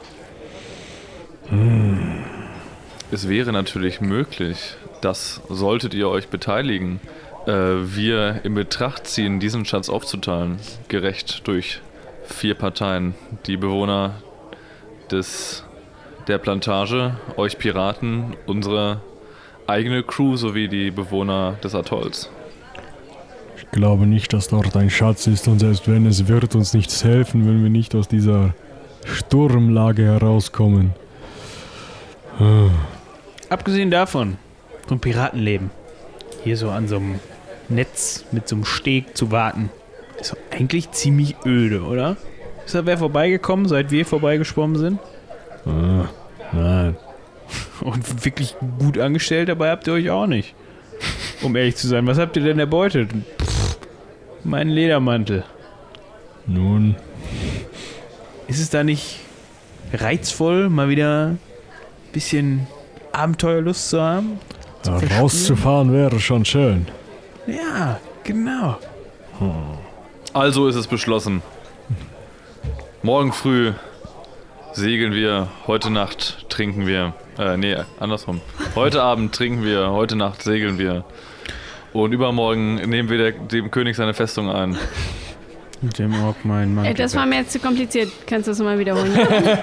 Hm. Es wäre natürlich möglich, dass, solltet ihr euch beteiligen, äh, wir in Betracht ziehen, diesen Schatz aufzuteilen, gerecht durch vier Parteien. Die Bewohner des, der Plantage, euch Piraten, unsere eigene Crew sowie die Bewohner des Atolls. Ich glaube nicht, dass dort ein Schatz ist und selbst wenn, es wird uns nichts helfen, wenn wir nicht aus dieser Sturmlage herauskommen. Ah. Abgesehen davon, so ein Piratenleben, hier so an so einem Netz mit so einem Steg zu warten, ist doch eigentlich ziemlich öde, oder? Ist da wer vorbeigekommen, seit wir vorbeigeschwommen sind? Ah. Nein. Und wirklich gut angestellt dabei habt ihr euch auch nicht. Um ehrlich zu sein, was habt ihr denn erbeutet? Pff, mein Ledermantel. Nun, Ist es da nicht reizvoll, mal wieder ein bisschen Abenteuerlust zu haben. Ja, rauszufahren wäre schon schön. Ja, genau. Hm. Also ist es beschlossen. Morgen früh segeln wir, heute Nacht trinken wir. Äh, nee, andersrum. Heute Abend trinken wir, heute Nacht segeln wir. Und übermorgen nehmen wir der, dem König seine Festung ein. Dem Ork mein Mann. Ey, das war mir jetzt zu kompliziert. Kannst du das mal wiederholen?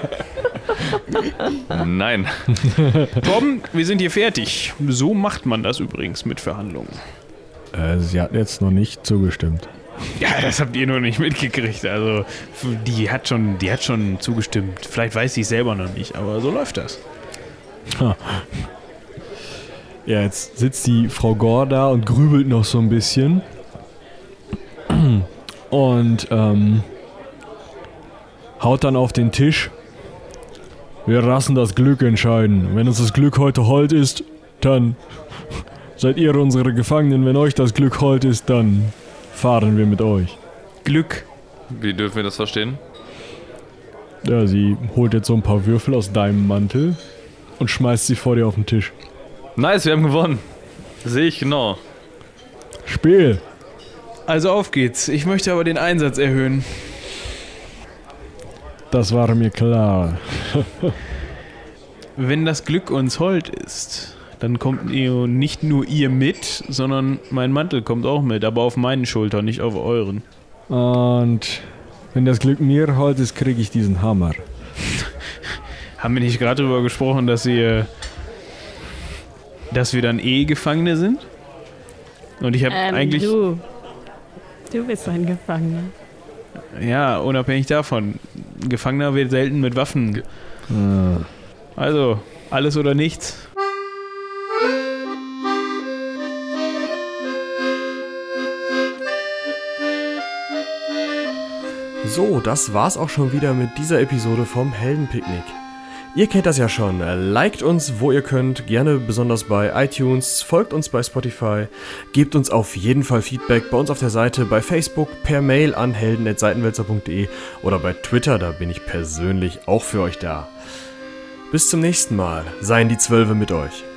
Nein. Tom, wir sind hier fertig. So macht man das übrigens mit Verhandlungen. Äh, sie hat jetzt noch nicht zugestimmt. Ja, das habt ihr noch nicht mitgekriegt. Also, die hat schon, die hat schon zugestimmt. Vielleicht weiß sie es selber noch nicht, aber so läuft das. Ha. Ja, jetzt sitzt die Frau Gore da und grübelt noch so ein bisschen. Und ähm, haut dann auf den Tisch. Wir lassen das Glück entscheiden. Wenn uns das Glück heute hold ist, dann seid ihr unsere Gefangenen. Wenn euch das Glück hold ist, dann fahren wir mit euch. Glück. Wie dürfen wir das verstehen? Ja, sie holt jetzt so ein paar Würfel aus deinem Mantel und schmeißt sie vor dir auf den Tisch. Nice, wir haben gewonnen. Sehe ich genau. Spiel! Also auf geht's. Ich möchte aber den Einsatz erhöhen. Das war mir klar. Wenn das Glück uns hold ist, dann kommt nicht nur ihr mit, sondern mein Mantel kommt auch mit, aber auf meinen Schultern, nicht auf euren. Und wenn das Glück mir hold ist, kriege ich diesen Hammer. Haben wir nicht gerade darüber gesprochen, dass ihr, dass wir dann eh Gefangene sind? Und ich habe ähm, eigentlich... Du. Du bist ein Gefangener. Ja, unabhängig davon. Ein Gefangener wird selten mit Waffen. Ah. Also, alles oder nichts. So, das war's auch schon wieder mit dieser Episode vom Heldenpicknick. Ihr kennt das ja schon, liked uns, wo ihr könnt, gerne besonders bei iTunes, folgt uns bei Spotify, gebt uns auf jeden Fall Feedback bei uns auf der Seite, bei Facebook, per Mail an helden at seitenwälzer punkt de oder bei Twitter, da bin ich persönlich auch für euch da. Bis zum nächsten Mal, seien die Zwölfe mit euch.